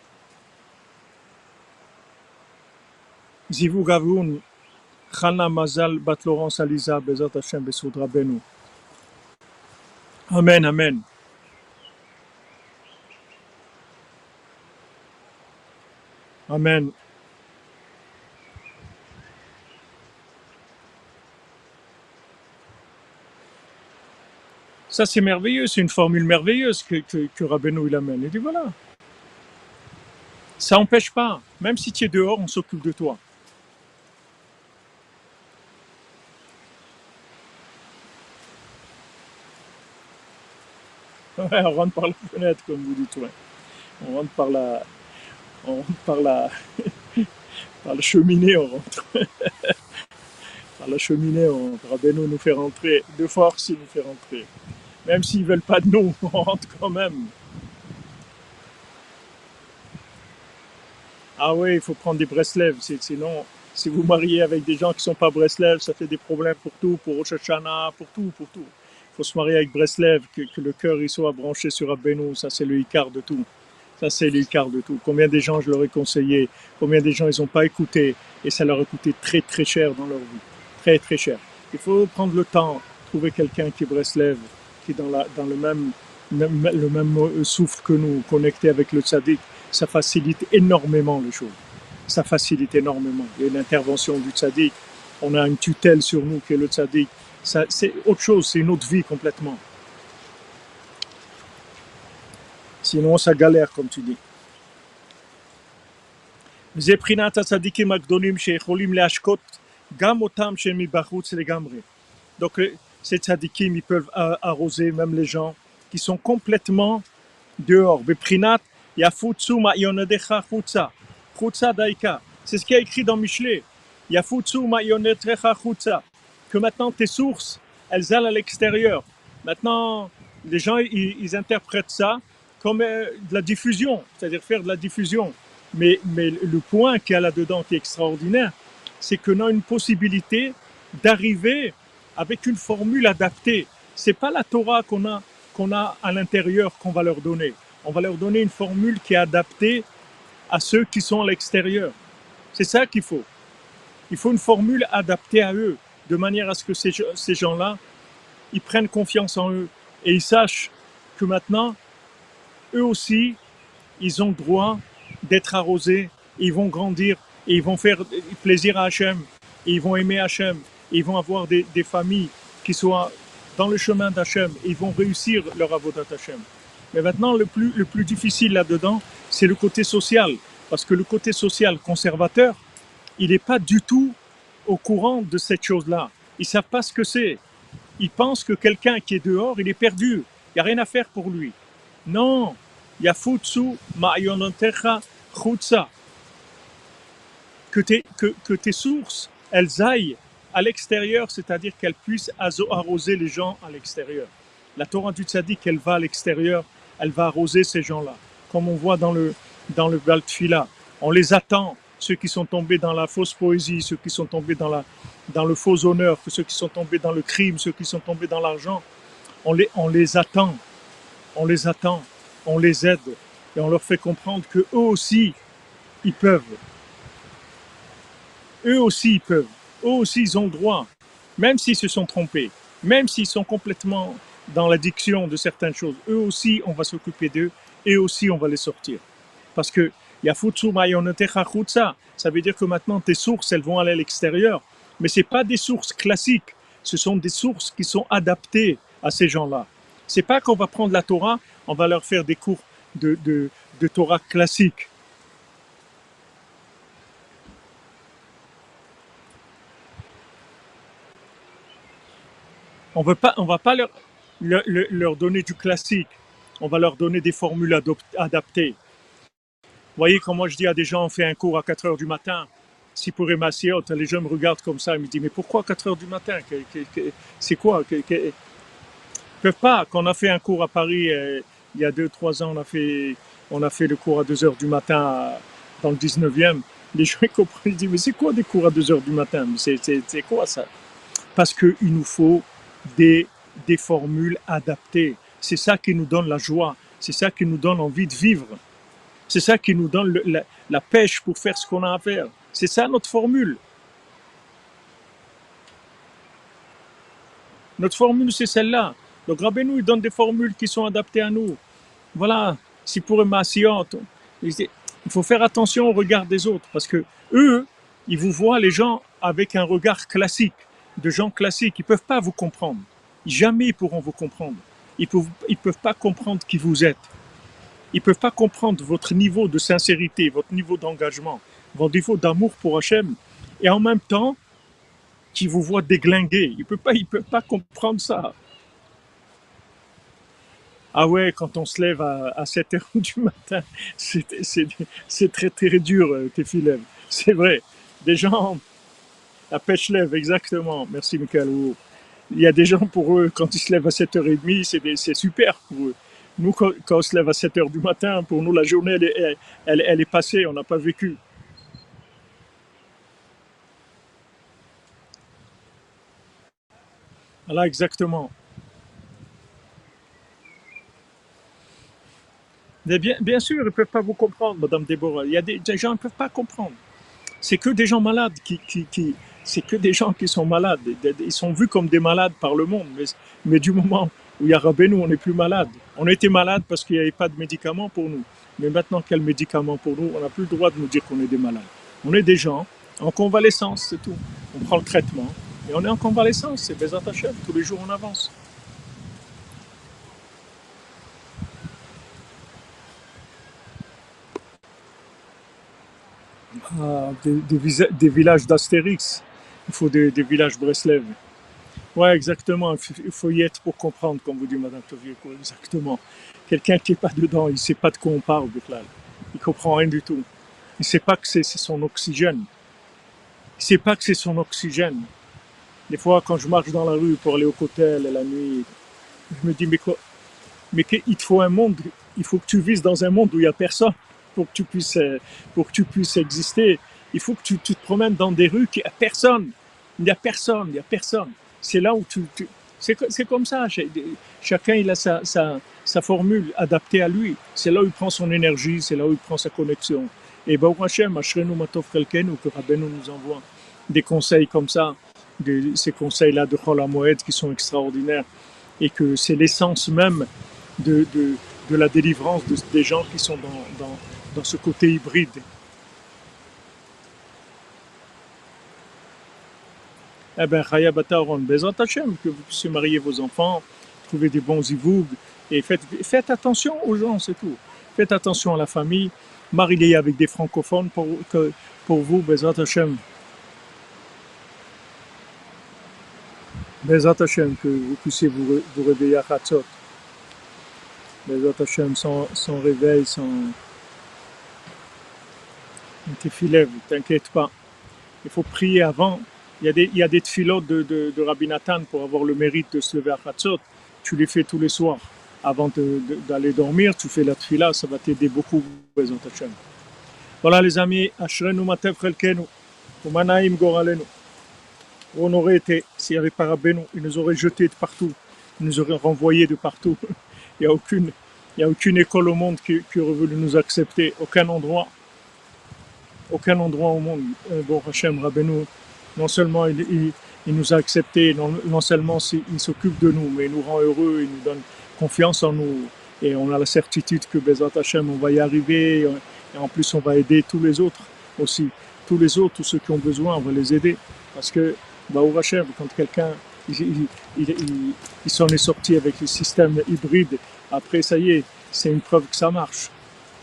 Zivu Gavoun, Chana Mazal, Bat Laurence Aliza, Bezat Hashem, Bessoud Rabbeinu. Amen, amen. Amen. Ça, c'est merveilleux, c'est une formule merveilleuse que Rabbeinu il amène. Il dit voilà, ça n'empêche pas, même si tu es dehors, on s'occupe de toi. Ouais, on rentre par la fenêtre, comme vous dites, ouais. On rentre par la cheminée, on rentre. Par la cheminée, Rabbeinu nous fait rentrer. De force, il nous fait rentrer. Même s'ils ne veulent pas de nous, on rentre quand même. Ah oui, il faut prendre des Breslev, sinon, si vous mariez avec des gens qui ne sont pas Breslev, ça fait des problèmes pour tout, pour Rosh Hashanah, pour tout, pour tout. Il faut se marier avec Breslev, que le cœur il soit branché sur Rabbeinu, ça c'est le Icar de tout. Ça c'est le Icar de tout. Combien de gens je leur ai conseillé, combien de gens ils n'ont pas écouté, et ça leur a coûté très très cher dans leur vie. Très très cher. Il faut prendre le temps, trouver quelqu'un qui est Breslev, qui est dans le même souffle que nous, connecté avec le tzaddik. Ça facilite énormément les choses. Ça facilite énormément. Il y a une intervention du tzaddik. On a une tutelle sur nous qui est le tzaddik. Ça, c'est autre chose, c'est une autre vie complètement. Sinon, ça galère, comme tu dis. Zeprinat tzaddikim agdolim shecholim leashkot gam otam shemibachutz legamre. Donc, ces tzaddikim, ils peuvent arroser même les gens qui sont complètement dehors. Beprinat Yafutsu ma'yonedecha chutza. Chutza daika. C'est ce qui est écrit dans Michelet. Yafutsu ma'yonedecha chutza. Que maintenant tes sources, elles allent à l'extérieur. Maintenant, les gens, ils interprètent ça comme de la diffusion, c'est-à-dire faire de la diffusion. Mais le point qu'il y a là-dedans qui est extraordinaire, c'est qu'on a une possibilité d'arriver avec une formule adaptée. C'est pas la Torah qu'on a à l'intérieur qu'on va leur donner. On va leur donner une formule qui est adaptée à ceux qui sont à l'extérieur. C'est ça qu'il faut. Il faut une formule adaptée à eux, de manière à ce que ces gens-là, ils prennent confiance en eux et ils sachent que maintenant, eux aussi, ils ont droit d'être arrosés, ils vont grandir, et ils vont faire plaisir à Hachem, et ils vont aimer Hachem, et ils vont avoir des familles qui soient dans le chemin d'Hachem, et ils vont réussir leur avodat Hachem. Mais maintenant, le plus difficile là-dedans, c'est le côté social. Parce que le côté social conservateur, il n'est pas du tout au courant de cette chose-là. Ils ne savent pas ce que c'est. Ils pensent que quelqu'un qui est dehors, il est perdu. Il n'y a rien à faire pour lui. Non. Yafutsu ma'yonotecha chutza. Que tes sources, elles aillent à l'extérieur, c'est-à-dire qu'elles puissent arroser les gens à l'extérieur. La Torah du Tzaddik, elle va à l'extérieur, elle va arroser ces gens-là. Comme on voit dans le Baal Tfila. On les attend, ceux qui sont tombés dans la fausse poésie, ceux qui sont tombés dans le faux honneur, ceux qui sont tombés dans le crime, ceux qui sont tombés dans l'argent. On les attend, on les aide et on leur fait comprendre qu'eux aussi, ils peuvent. Eux aussi, ils peuvent. Eux aussi, ils ont le droit, même s'ils se sont trompés, même s'ils sont complètement dans l'addiction de certaines choses. Eux aussi, on va s'occuper d'eux et aussi, on va les sortir. Parce que Yafutsu mayonetecha chutza, ça veut dire que maintenant, tes sources, elles vont aller à l'extérieur. Mais ce n'est pas des sources classiques. Ce sont des sources qui sont adaptées à ces gens-là. Ce n'est pas qu'on va prendre la Torah, on va leur faire des cours de Torah classique. On ne va pas leur donner du classique. On va leur donner des formules adaptées. Vous voyez, quand moi je dis à des gens, on fait un cours à 4 heures du matin, si pour Emassiot, les gens me regardent comme ça, ils me disent, mais pourquoi 4 heures du matin? C'est quoi? Ils ne peuvent pas. Quand on a fait un cours à Paris, il y a 2-3 ans, on a fait le cours à 2 heures du matin dans le 19e. Les gens comprennent, ils disent, mais c'est quoi des cours à 2 heures du matin? C'est quoi ça? Parce qu'il nous faut des formules adaptées. C'est ça qui nous donne la joie. C'est ça qui nous donne envie de vivre. C'est ça qui nous donne la pêche pour faire ce qu'on a à faire. C'est ça notre formule. Notre formule, c'est celle-là. Donc Rabbeinu, il donne des formules qui sont adaptées à nous. Voilà, si pour Massiot, il faut faire attention au regard des autres, parce que eux, ils vous voient les gens avec un regard classique, de gens classiques. Ils ne peuvent pas vous comprendre. Jamais ils pourront vous comprendre. Ils ne peuvent pas comprendre qui vous êtes. Ils ne peuvent pas comprendre votre niveau de sincérité, votre niveau d'engagement, votre niveau d'amour pour Hachem. Et en même temps, qui vous voient déglinguer. Ils ne peuvent pas comprendre ça. Ah ouais, quand on se lève à 7 heures du matin, c'est très très dur, tes filets. C'est vrai. Des gens, la pêche lève, exactement. Merci, Michael. Il y a des gens, pour eux, quand ils se lèvent à 7h30, c'est super pour eux. Nous, quand on se lève à 7 heures du matin, pour nous, la journée, elle est passée, on n'a pas vécu. Voilà, exactement. Mais bien sûr, ils ne peuvent pas vous comprendre, Madame Déborah. Il y a des gens qui ne peuvent pas comprendre. C'est que des gens malades c'est que des gens qui sont malades. Ils sont vus comme des malades par le monde. Mais du moment où il y a Rabbeinu, on n'est plus malade. On était malade parce qu'il n'y avait pas de médicaments pour nous. Mais maintenant, quel médicament pour nous? On n'a plus le droit de nous dire qu'on est des malades. On est des gens en convalescence, c'est tout. On prend le traitement et on est en convalescence. C'est Bezat Hashem. Tous les jours, on avance. Des villages d'Astérix. Il faut des villages Breslev. Ouais, exactement. Il faut y être pour comprendre, comme vous dit Madame Tovieko. Exactement. Quelqu'un qui n'est pas dedans, il ne sait pas de quoi on parle, Bichlal. Il ne comprend rien du tout. Il ne sait pas que c'est son oxygène. Il ne sait pas que c'est son oxygène. Des fois, quand je marche dans la rue pour aller au cotel la nuit, je me dis, mais il te faut un monde, il faut que tu vises dans un monde où il n'y a personne pour que tu puisses exister. Il faut que tu te promènes dans des rues qui a personne. Il n'y a personne, il n'y a personne. C'est là où c'est comme ça. Chacun il a sa formule adaptée à lui. C'est là où il prend son énergie, c'est là où il prend sa connexion. Et Baruch Hashem, Ashrenu Matov Chelkenu, que Rabbeinu nous envoie des conseils comme ça, ces conseils-là de Chol HaMoed qui sont extraordinaires, et que c'est l'essence même de la délivrance des gens qui sont dans ce côté hybride. Eh bien, Chaya Bataron, Bezat Hashem, que vous puissiez marier vos enfants, trouver des bons zivougs, et faites attention aux gens, c'est tout. Faites attention à la famille, mariez avec des francophones pour vous, Bezat Hashem. Bezat Hashem, que vous puissiez vous réveiller à Chatzot. Bezat Hashem, sans réveil, sans tefilev, t'inquiète pas. Il faut prier avant. Il y a des tfilotes de Rabbi Nathan pour avoir le mérite de se lever à Chatzot. Tu les fais tous les soirs. Avant d'aller dormir, tu fais la tfila, ça va t'aider beaucoup, Bezat Hashem. Voilà les amis, Ashrenu Matev Chelkenu, Umanaim Goralenu. Où on aurait été, s'il n'y avait pas Rabbeinu, il nous aurait jetés de partout, il nous aurait renvoyés de partout. Il n'y a aucune école au monde qui aurait voulu nous accepter, aucun endroit au monde. Bon, Hachem, Rabbeinu, non seulement il nous a acceptés, non seulement il s'occupe de nous, mais il nous rend heureux, il nous donne confiance en nous. Et on a la certitude que Bezat Hachem, on va y arriver. Et en plus, on va aider tous les autres aussi. Tous les autres, tous ceux qui ont besoin, on va les aider. Parce que, au Hachem, quand quelqu'un il s'en est sorti avec le système hybride, après, ça y est, c'est une preuve que ça marche.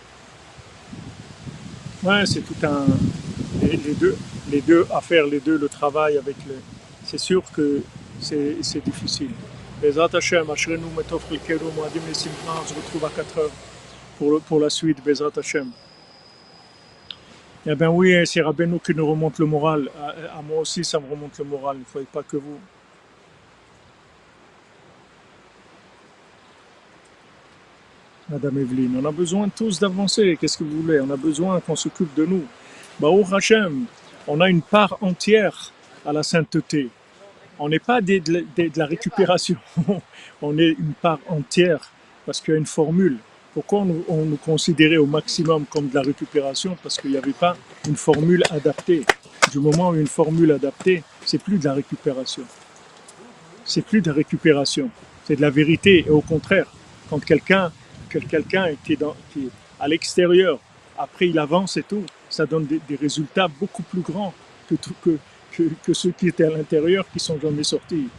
Ouais, c'est tout les deux à faire, le travail avec c'est sûr que c'est difficile. Bezat Hashem, Ashrenu Metov Chelkenu, Moadim Lesimcha, on se retrouve à 4 heures pour la suite, Bezat Hashem. Eh bien oui, c'est Rabbeinu qui nous remonte le moral. À moi aussi, ça me remonte le moral, il ne faut pas que vous. Madame Evelyne, on a besoin tous d'avancer, qu'est-ce que vous voulez? On a besoin qu'on s'occupe de nous. Baruch Hashem, on a une part entière à la sainteté. On n'est pas de la récupération, on est une part entière, parce qu'il y a une formule Pourquoi on nous considérait au maximum comme de la récupération? Parce qu'il n'y avait pas une formule adaptée. Du moment où une formule adaptée, c'est plus de la récupération. C'est plus de la récupération. C'est de la vérité. Et au contraire, quand quelqu'un qui est à l'extérieur, après il avance et tout, ça donne des résultats beaucoup plus grands que ceux qui étaient à l'intérieur qui sont jamais sortis.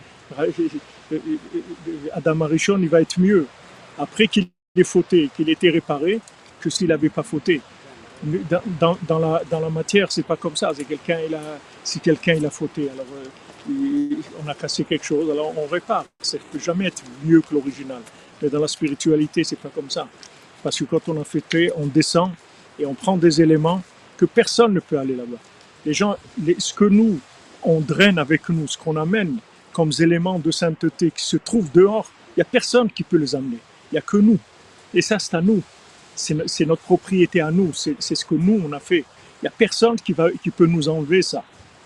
Adam Arishon, il va être mieux après qu'il ait fauté, qu'il ait été réparé, que s'il n'avait pas fauté. Dans la matière, c'est pas comme ça. Si quelqu'un il a fauté, alors on a cassé quelque chose, alors on répare. Ça ne peut jamais être mieux que l'original. Mais dans la spiritualité, c'est pas comme ça. Parce que quand on a fauté, on descend et on prend des éléments que personne ne peut aller là-bas. Les gens, ce que nous, on draine avec nous, ce qu'on amène comme éléments de sainteté qui se trouvent dehors, il n'y a personne qui peut les amener. Il n'y a que nous. Et ça, c'est à nous. C'est notre propriété à nous. C'est ce que nous, on a fait. Il n'y a personne qui peut nous enlever ça.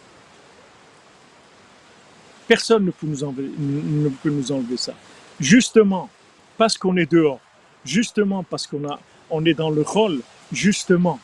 Personne ne peut nous enlever ça. Justement, parce qu'on est dehors, justement parce on est dans le rôle, justement,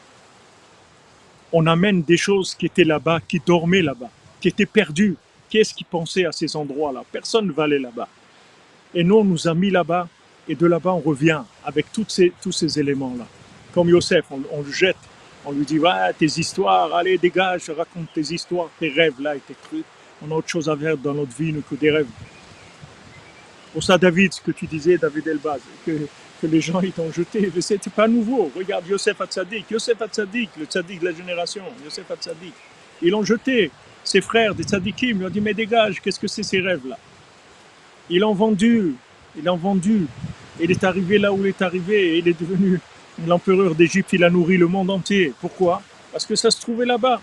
on amène des choses qui étaient là-bas, qui dormaient là-bas, qui étaient perdues. Qui est-ce qui pensait à ces endroits-là? Personne ne va aller là-bas. Et nous, on nous a mis là-bas, et de là-bas, on revient avec tous ces éléments-là. Comme Yosef, on le jette, on lui dit, ouais, tes histoires, allez, dégage, raconte tes histoires, tes rêves là et tes trucs. On a autre chose à faire dans notre vie que des rêves. Pour ça, David, ce que tu disais, David Elbaz, que les gens ils t'ont jeté, mais c'était pas nouveau. Regarde Yosef Hatzadik, le tzaddik de la génération, Yosef Hatzadik. Ils l'ont jeté, ses frères, des tzaddikim, ils lui ont dit, mais dégage, qu'est-ce que c'est ces rêves-là? Ils l'ont vendu. Il est arrivé là où il est arrivé, et il est devenu l'empereur d'Égypte, il a nourri le monde entier. Pourquoi? Parce que ça se trouvait là-bas.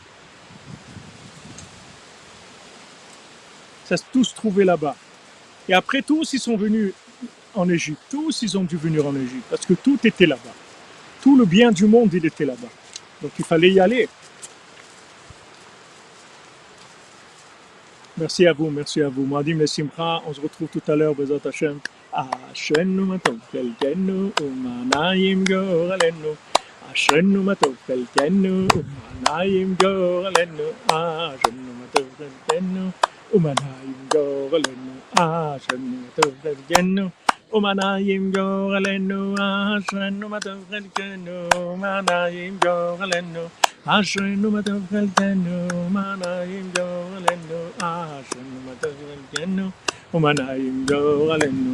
Ça tout se trouvait là-bas. Et après, tous, ils sont venus en Égypte. Tous, ils ont dû venir en Égypte. Parce que tout était là-bas. Tout le bien du monde, il était là-bas. Donc, il fallait y aller. Merci à vous, merci à vous. Moadim le Simcha, on se retrouve tout à l'heure, Bezat Hashem. Ashrenu matov chelkenu, umanayim goralenu. Ashrenu matov chelkenu, umanayim goralenu. Ashrenu matov chelkenu, umanayim goralenu. Ashrenu matov chelkenu, umanayim goralenu. Ashrenu matov chelkenu, umanayim goralenu. Ashrenu matov chelkenu, umanayim goralenu. Ashrenu matov chelkenu, umanayim goralenu.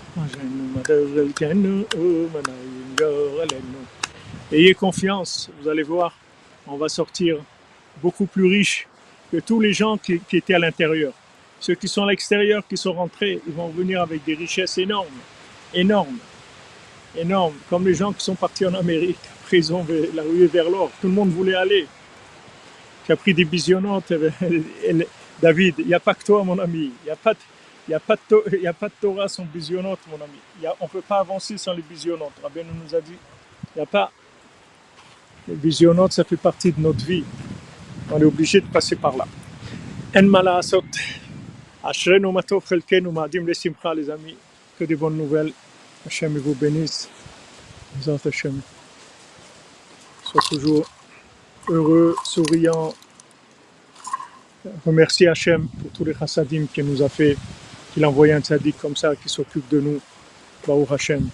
Ayez confiance, vous allez voir, on va sortir beaucoup plus riche que tous les gens qui étaient à l'intérieur. Ceux qui sont à l'extérieur, qui sont rentrés, ils vont venir avec des richesses énormes, énormes, énormes, comme les gens qui sont partis en Amérique. Après, ils ont la ruée vers l'or. Tout le monde voulait aller. Qui a pris des bisionnotes. David, il n'y a pas que toi, mon ami. Il n'y a pas de Torah sans bisionnote, mon ami. On ne peut pas avancer sans les bisionnotes. Rabbeinu nous a dit, il n'y a pas. Les bisionnotes, ça fait partie de notre vie. On est obligé de passer par là. En mala asot. Ashrenu matov chelkenu ma'adim le simcha, les amis. Que des bonnes nouvelles. Hachem vous bénisse. Bezat Hashem. Sois toujours heureux, souriant. Remercier Hachem pour tous les chassadim qu'il nous a fait. Il a envoyé un tzaddik comme ça qui s'occupe de nous. Baruch Hashem.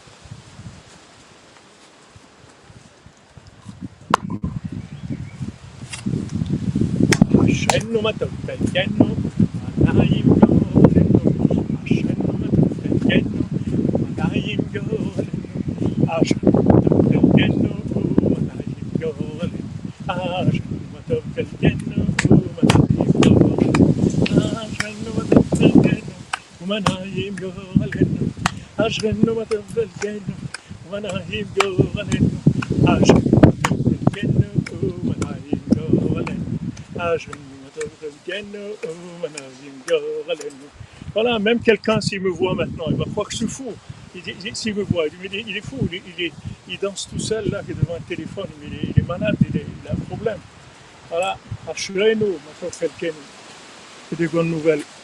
Ashrenu matov chelkenu, umanayim goralenu. Ashrenu matov chelkenu, umanayim goralenu. Ashrenu matov chelkenu, umanayim goralenu. Ashrenu matov chelkenu, umanayim goralenu. Ashrenu matov chelkenu. Umanayim goralenu, Ashrenu matov chelkenu, umanayim goralenu, Ashrenu matov chelkenu, umanayim goralenu, Ashrenu matov chelkenu, umanayim goralenu. Voilà, même quelqu'un s'il me voit maintenant, il va croire que je suis fou. S'il me voit, il est fou, il danse tout seul là, qui est devant un téléphone, il est malade, il a un problème. Voilà, Ashrenu matov chelkenu. C'est des bonnes nouvelles.